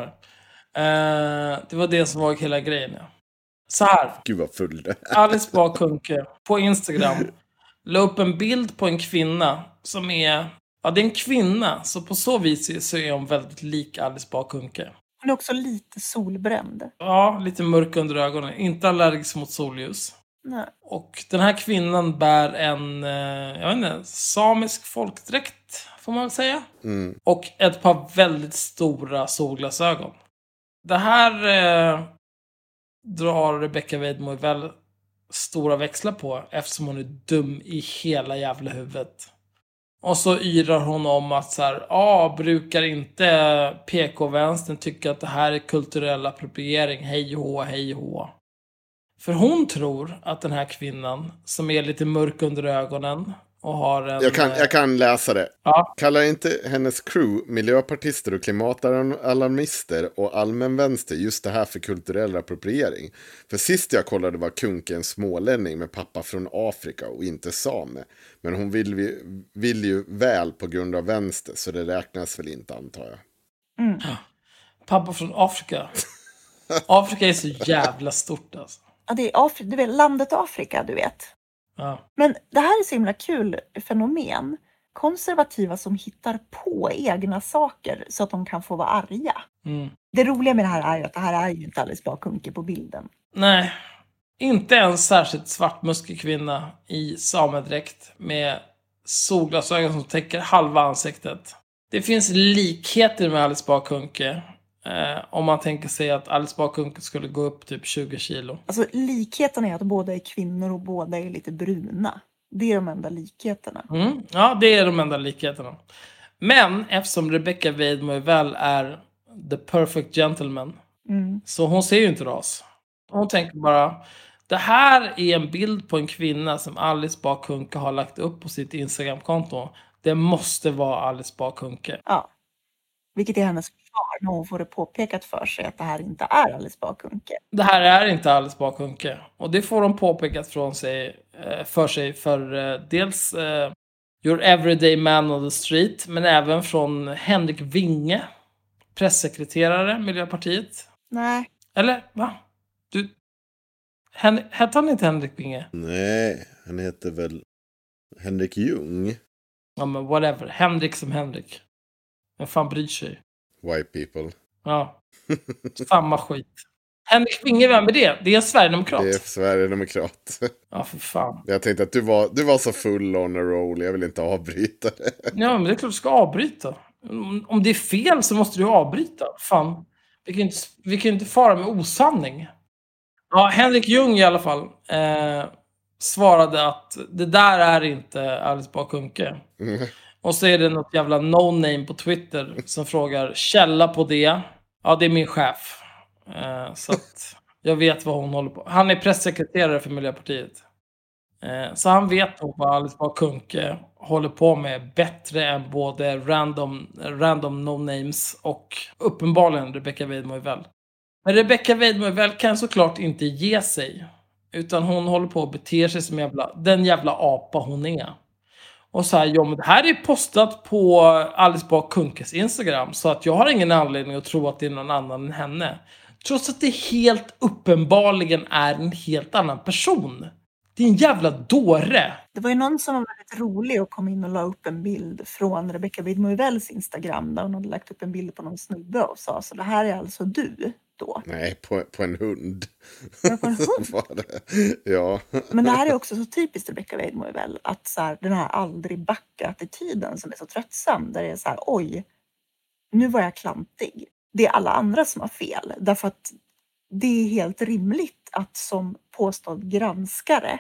Eh, det var det som var hela grejen, ja. Så här. Gud vad full det. Alice Bah Kuhnke på Instagram la upp en bild på en kvinna som är... Ja, det är en kvinna. Så på så vis så är hon väldigt lik Alice Bah Kuhnke. Hon är också lite solbränd. Ja, lite mörk under ögonen. Inte allergisk mot solljus. Nej. Och den här kvinnan bär en, eh, jag vet inte, samisk folkdräkt, får man väl säga. Mm. Och ett par väldigt stora solglasögon. Det här eh, drar Rebecca Weidmo väl stora växlar på, eftersom hon är dum i hela jävla huvudet. Och så yrar hon om att så här, ah, brukar inte P K-vänstern tycka att det här är kulturell appropriering, hej hå, hej hå. För hon tror att den här kvinnan, som är lite mörk under ögonen och har en... Jag kan, jag kan läsa det. Ja. Kallar inte hennes crew, miljöpartister och klimatalarmister och allmän vänster just det här för kulturell appropriering? För sist jag kollade var Kunke en smålänning med pappa från Afrika och inte same. Men hon vill, vi, vill ju väl på grund av vänster, så det räknas väl inte, antar jag. Mm. Pappa från Afrika. Afrika är så jävla stort alltså. Ja, det är Afri- du vet, landet Afrika, du vet. Ja. Men det här är så himla kul fenomen. Konservativa som hittar på egna saker så att de kan få vara arga. Mm. Det roliga med det här är ju att det här är ju inte Alice Bah Kuhnke på bilden. Nej, inte en särskilt svartmuskig kvinna i samedräkt med solglasögon som täcker halva ansiktet. Det finns likheter med Alice Bah Kuhnke. Eh, om man tänker sig att Alice Bah Kuhnke skulle gå upp typ tjugo kilo. Alltså likheten är att båda är kvinnor och båda är lite bruna. Det är de enda likheterna. Mm. Ja, det är de enda likheterna. Men eftersom Rebecca Weidmo väl är the perfect gentleman, Mm. så hon ser ju inte ras. Hon tänker bara, det här är en bild på en kvinna som Alice Bah Kuhnke har lagt upp på sitt Instagram-konto. Det måste vara Alice Bah Kuhnke. Ja. Vilket är hennes försvar när hon får det påpekat för sig att det här inte är Alice Bah Kuhnke. Det här är inte Alice Bah Kuhnke. Och det får de påpekat från sig, för sig för dels uh, Your Everyday Man on the Street, men även från Henrik Winge, pressekreterare, Miljöpartiet. Nej. Eller, va? Du... Hen... Hette han inte Henrik Winge? Nej, han heter väl Henrik Ljung. Ja, men whatever. Henrik som Henrik. Vem fan bryr sig? White people. Ja. Samma skit. Henrik Winge, vem är det? Det är en Sverigedemokrat. Det är Sverigedemokrat. Ja, för fan. Jag tänkte att du var, du var så full on a roll. Jag vill inte avbryta det. Ja, men det är klart du ska avbryta. Om, om det är fel så måste du avbryta. Fan. Vi kan ju inte, vi kan ju inte fara med osanning. Ja, Henrik Ljung i alla fall eh, svarade att det där är inte Alice Bah Kuhnke. Mm. Och så är det något jävla no-name på Twitter som frågar källa på det. Ja, det är min chef. Eh, så att jag vet vad hon håller på. Han är pressekreterare för Miljöpartiet. Eh, så han vet nog vad Alice Bah Kuhnke håller på med bättre än både random, random no-names och uppenbarligen Rebecca Weidmo väl. Men Rebecca Weidmo väl kan såklart inte ge sig. Utan hon håller på att bete sig som jävla, den jävla apa hon är. Och så här, ja men det här är postat på Alice Bah Kuhnkes Instagram. Så att jag har ingen anledning att tro att det är någon annan än henne. Trots att det helt uppenbarligen är en helt annan person. Det är en jävla dåre. Det var ju någon som var väldigt rolig och kom in och la upp en bild från Rebecca Weidmo Wells Instagram. Där hon hade lagt upp en bild på någon snubbe och sa så det här är alltså du då. Nej, på, på en hund. Var på en hund? Var det? Ja. Men det här är också så typiskt Rebecca Weidmo Well, att så här, den här aldrig backa-attityden som är så tröttsam. Där det är så här, oj, nu var jag klantig. Det är alla andra som har fel. Därför att det är helt rimligt att som påstådd granskare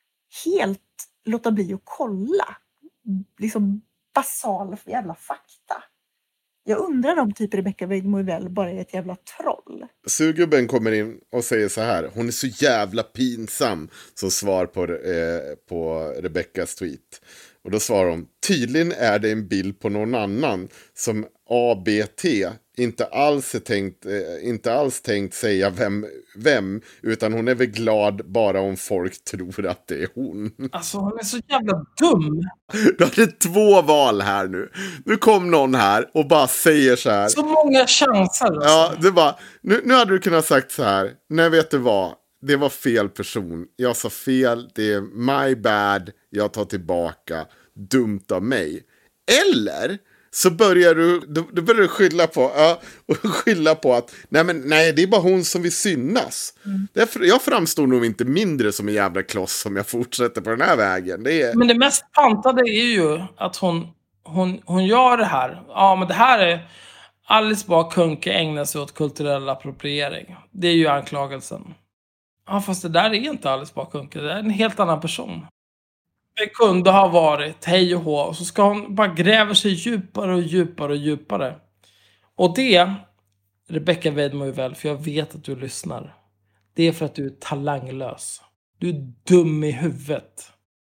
helt låta bli att kolla. Liksom basal jävla fakta. Jag undrar om typ Rebecca Weidmo Well bara är ett jävla troll. Surgubben kommer in och säger så här. Hon är så jävla pinsam. Som svar på, eh, på Rebeccas tweet. Och då svarar hon. Tydligen är det en bild på någon annan. Som A B T inte alls är tänkt, eh, inte alls tänkt säga vem, vem. Utan hon är väl glad bara om folk tror att det är hon. Alltså hon är så jävla dum. Du hade två val här nu. Nu kom någon här och bara säger så här. Så många chanser. Alltså. Ja, det bara, nu, nu hade du kunnat sagt så här. Nej, vet du vad? Det var fel person. Jag sa fel. Det är my bad. Jag tar tillbaka. Dumt av mig. Eller så börjar du, då, då börjar du skylla på, ja, och skylla på att nej, men, nej, det är bara hon som vill synas. Mm. Därför, jag framstår nog inte mindre som en jävla kloss om jag fortsätter på den här vägen. Det är... Men det mest pantade är ju att hon, hon, hon gör det här. Ja, men det här är Alice Bah Kuhnke ägnar sig åt kulturell appropriering. Det är ju anklagelsen. Ja, fast det där är inte Alice Bah Kuhnke. Det är en helt annan person. Det kunde ha varit hej och hå. Och så ska hon bara gräva sig djupare och djupare och djupare. Och det, Rebecca Weidmo, för jag vet att du lyssnar. Det är för att du är talanglös. Du är dum i huvudet.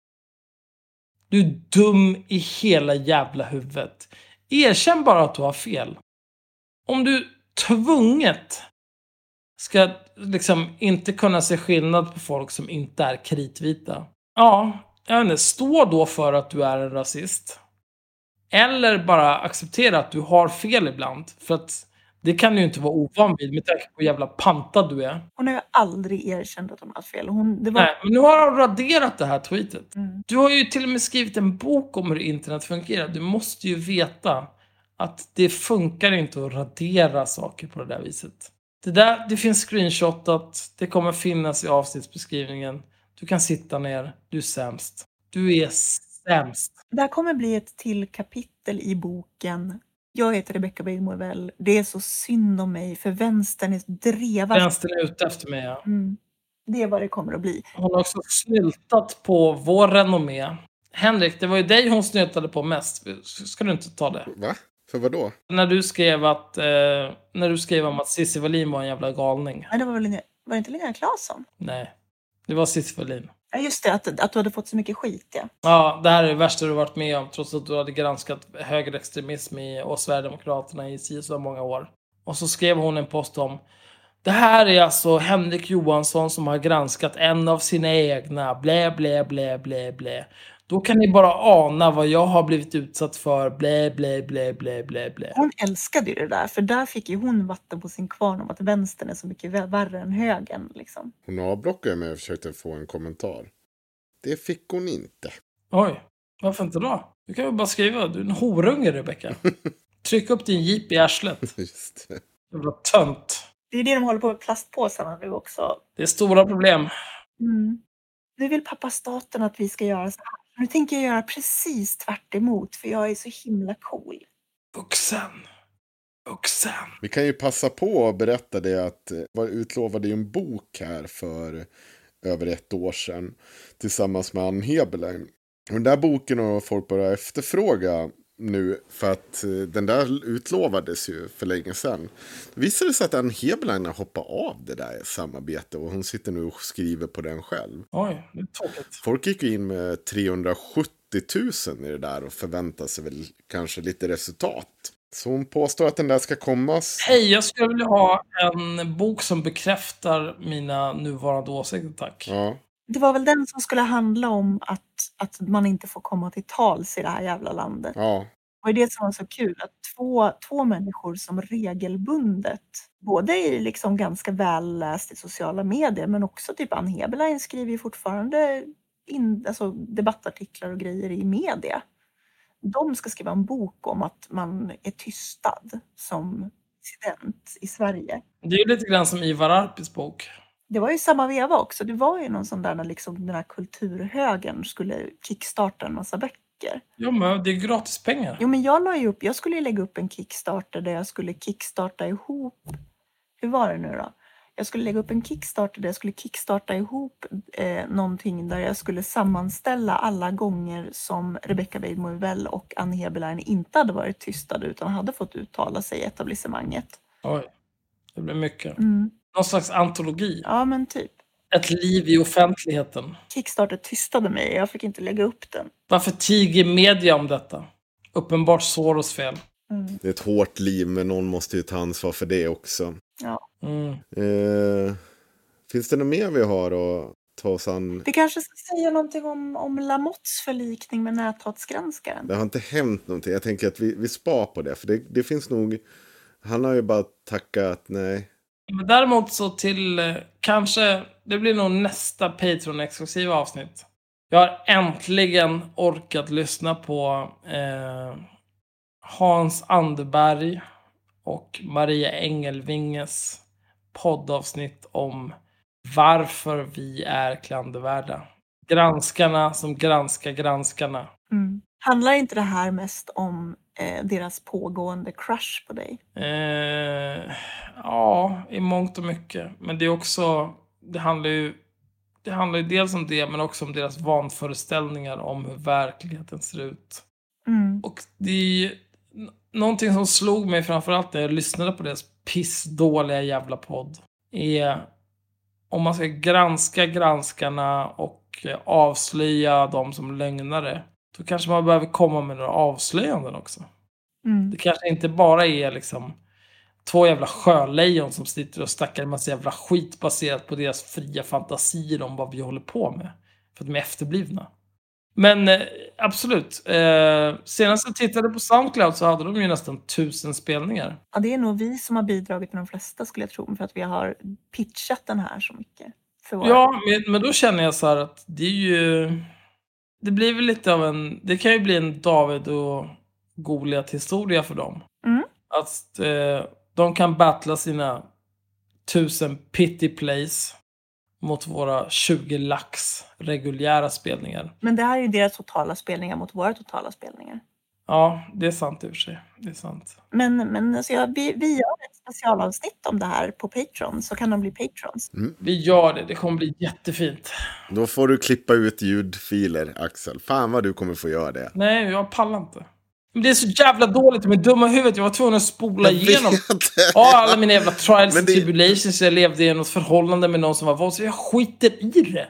Du är dum i hela jävla huvudet. Erkänn bara att du har fel. Om du tvunget ska liksom inte kunna se skillnad på folk som inte är kritvita. Ja, jag vet inte, stå då för att du är en rasist. Eller bara acceptera att du har fel ibland. För att det kan ju inte vara ovan vid med tanke på hur jävla pantad du är. Hon har ju aldrig erkänt att hon har fel. Hon, det var... Nej, men nu har hon raderat det här tweetet. Mm. Du har ju till och med skrivit en bok om hur internet fungerar. Du måste ju veta att det funkar inte att radera saker på det där viset. Det där, det finns screenshotat. Det kommer finnas i avsnittsbeskrivningen. Du kan sitta ner. Du är sämst. Du är sämst. Det här kommer bli ett till kapitel i boken. Jag heter Rebecca Weidmo. Det är så synd om mig. För vänstern är drevad. Vänstern är ute efter mig, ja. Mm. Det är vad det kommer att bli. Hon har också snyltat på vår renommé. Henrik, det var ju dig hon snyltade på mest. Ska du inte ta det? Va? För vad då? När du skrev att eh, när du skrev om att Cissi Wallin var en jävla galning. Nej, det var väl Linnea, var det inte Linnea Claesson? Nej, det var Cissi Wallin. Ja, just det, att, att du hade fått så mycket skit, ja. Ja, det här är det värsta du varit med om, trots att du hade granskat högerextremism i, och Sverigedemokraterna i så många år. Och så skrev hon en post om: det här är alltså Henrik Johansson som har granskat en av sina egna, blä, blä, blä, blä, blä. Då kan ni bara ana vad jag har blivit utsatt för, blä, blä, blä, blä, blä, blä. Hon älskade ju det där, för där fick ju hon vatten på sin kvarn om att vänstern är så mycket värre än högern, liksom. Hon avblockade mig och försökte få en kommentar. Det fick hon inte. Oj, varför inte då? Du kan ju bara skriva, du är en horunge, Rebecca. Tryck upp din jeep i arslet. Just det. Jävla tönt. Det är det de håller på med plastpåsarna nu också. Det är stora problem. Mm. Nu vill pappa staten att vi ska göra så här. Nu tänker jag göra precis tvärt emot, för jag är så himla cool. Vuxen. Vuxen. Vi kan ju passa på att berätta det att var utlovade ju en bok här för över ett år sedan tillsammans med Ann Heberlein. Och den där boken har folk börjat efterfråga nu för att den där utlovades ju för länge sedan. Det visade sig att Ann Heberlein har hoppat av det där samarbetet och hon sitter nu och skriver på den själv. Oj, det är tråkigt. Folk gick ju in med trehundrasjuttio tusen i det där och förväntar sig väl kanske lite resultat. Så hon påstår att den där ska komma. Hej, jag skulle vilja ha en bok som bekräftar mina nuvarande åsikter, tack. Ja. Det var väl den som skulle handla om att, att man inte får komma till tals i det här jävla landet. Ja. Och det som var så kul, att två, två människor som regelbundet, både är liksom ganska väl läst i sociala medier, men också typ Ann Heberlein skriver ju fortfarande in, alltså debattartiklar och grejer i media. De ska skriva en bok om att man är tystad som dissident i Sverige. Det är ju lite grann som Ivar Arpis bok. Det var ju samma veva också. Det var ju någon sån där när liksom den här kulturhögern skulle kickstarta en massa böcker. Ja, men det är gratis pengar. Jo, men jag la ju upp, jag skulle ju lägga upp en Kickstarter där jag skulle kickstarta ihop. Hur var det nu då? Jag skulle lägga upp en Kickstarter där jag skulle kickstarta ihop eh, någonting där jag skulle sammanställa alla gånger som Rebecca Weidmo och Ann Heberlein inte hade varit tystade utan hade fått uttala sig i etablissemanget. Oj, det blir mycket. Mm. Någon slags antologi. Ja, men typ. Ett liv i offentligheten. Kickstarter tystade mig, jag fick inte lägga upp den. Varför tiger media om detta? Uppenbart Soros fel. Mm. Det är ett hårt liv, men någon måste ju ta ansvar för det också. Ja. Mm. Eh, finns det något mer vi har att ta oss an? Vi kanske ska säga någonting om, om Lamotts förlikning med näthatsgranskaren. Det har inte hänt någonting. Jag tänker att vi, vi spar på det. För det, det finns nog... Han har ju bara tackat nej. Men däremot så till eh, kanske, det blir nog nästa Patreon-exklusiva avsnitt. Jag har äntligen orkat lyssna på eh, Hans Anderberg och Maria Engelvinges poddavsnitt om varför vi är klandervärda. Granskarna som granskar granskarna. Mm. Handlar inte det här mest om eh, deras pågående crush på dig? Eh, ja, i mångt och mycket. Men det är också, det handlar ju, det handlar ju dels om det, men också om deras vanföreställningar om hur verkligheten ser ut. Mm. Och det är ju någonting som slog mig framförallt när jag lyssnade på deras pissdåliga jävla podd. Är om man ska granska granskarna och avslöja dem som lögnare, då kanske man behöver komma med några avslöjanden också. Mm. Det kanske inte bara är liksom två jävla sjölejon som sitter och stackar en massa jävla skit baserat på deras fria fantasier om vad vi håller på med. För att de är efterblivna. Men eh, absolut. Eh, senast jag tittade på SoundCloud så hade de ju nästan tusen spelningar. Ja, det är nog vi som har bidragit med de flesta, skulle jag tro. För att vi har pitchat den här så mycket. För våra... Ja, men, men då känner jag så här att det är ju... Det blir väl lite av en... Det kan ju bli en David och Goliat-historia för dem. Mm. Att eh, de kan battla sina tusen pity plays mot våra tjugo lax reguljära spelningar. Men det här är ju deras totala spelningar mot våra totala spelningar. Ja, det är sant i och för sig. Det är sant. Men, men alltså, ja, vi, vi gör ett specialavsnitt om det här på Patreon, så kan de bli patrons. Mm. Vi gör det. Det kommer bli jättefint. Då får du klippa ut ljudfiler, Axel. Fan vad du kommer få göra det. Nej, jag pallar inte. Men det är så jävla dåligt med dumma huvudet. Jag var tvungen att spola Jag igenom. vet. Ja, alla mina jävla trials Men and det- tribulations. Jag levde i något förhållande med någon som var våld. Så jag skiter i det.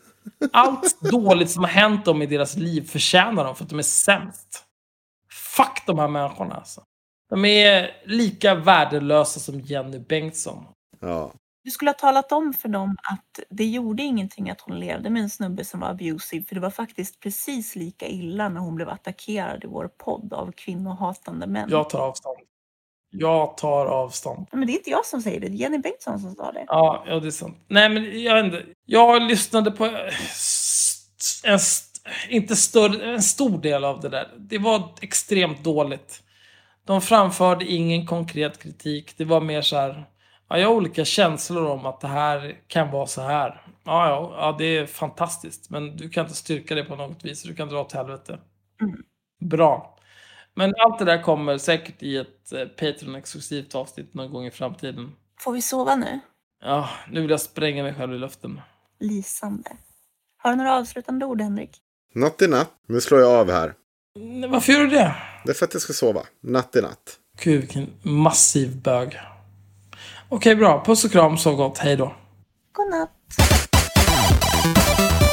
Allt dåligt som har hänt dem i deras liv förtjänar dem för att de är sämst. Fuck de här människorna alltså. De är lika värdelösa som Jenny Bengtsson. Ja. Du skulle ha talat om för dem att det gjorde ingenting att hon levde med en snubbe som var abusive. För det var faktiskt precis lika illa när hon blev attackerad i vår podd av kvinnohatande män. Jag tar avstånd. Jag tar avstånd. Men det är inte jag som säger det, det är Jenny Bengtsson som sa det. Ja, ja, det är sant. Nej, men jag vet inte. Jag lyssnade på en, st- inte större, en stor del av det där. Det var extremt dåligt. De framförde ingen konkret kritik. Det var mer så här... Ja, jag har olika känslor om att det här kan vara så här. Ja, ja, ja, det är fantastiskt. Men du kan inte styrka det på något vis. Du kan dra åt helvete. Mm. Bra. Men allt det där kommer säkert i ett eh, Patreon-exklusivt avsnitt någon gång i framtiden. Får vi sova nu? Ja, nu vill jag spränga mig själv i luften. Lysande. Har du några avslutande ord, Henrik? Natt i natt. Nu slår jag av här. Nej, varför gör du det? Det är för att jag ska sova. Natt i natt. Gud, vilken massiv bög. Okej, bra. Puss och kram, så gott. Hej då. God natt.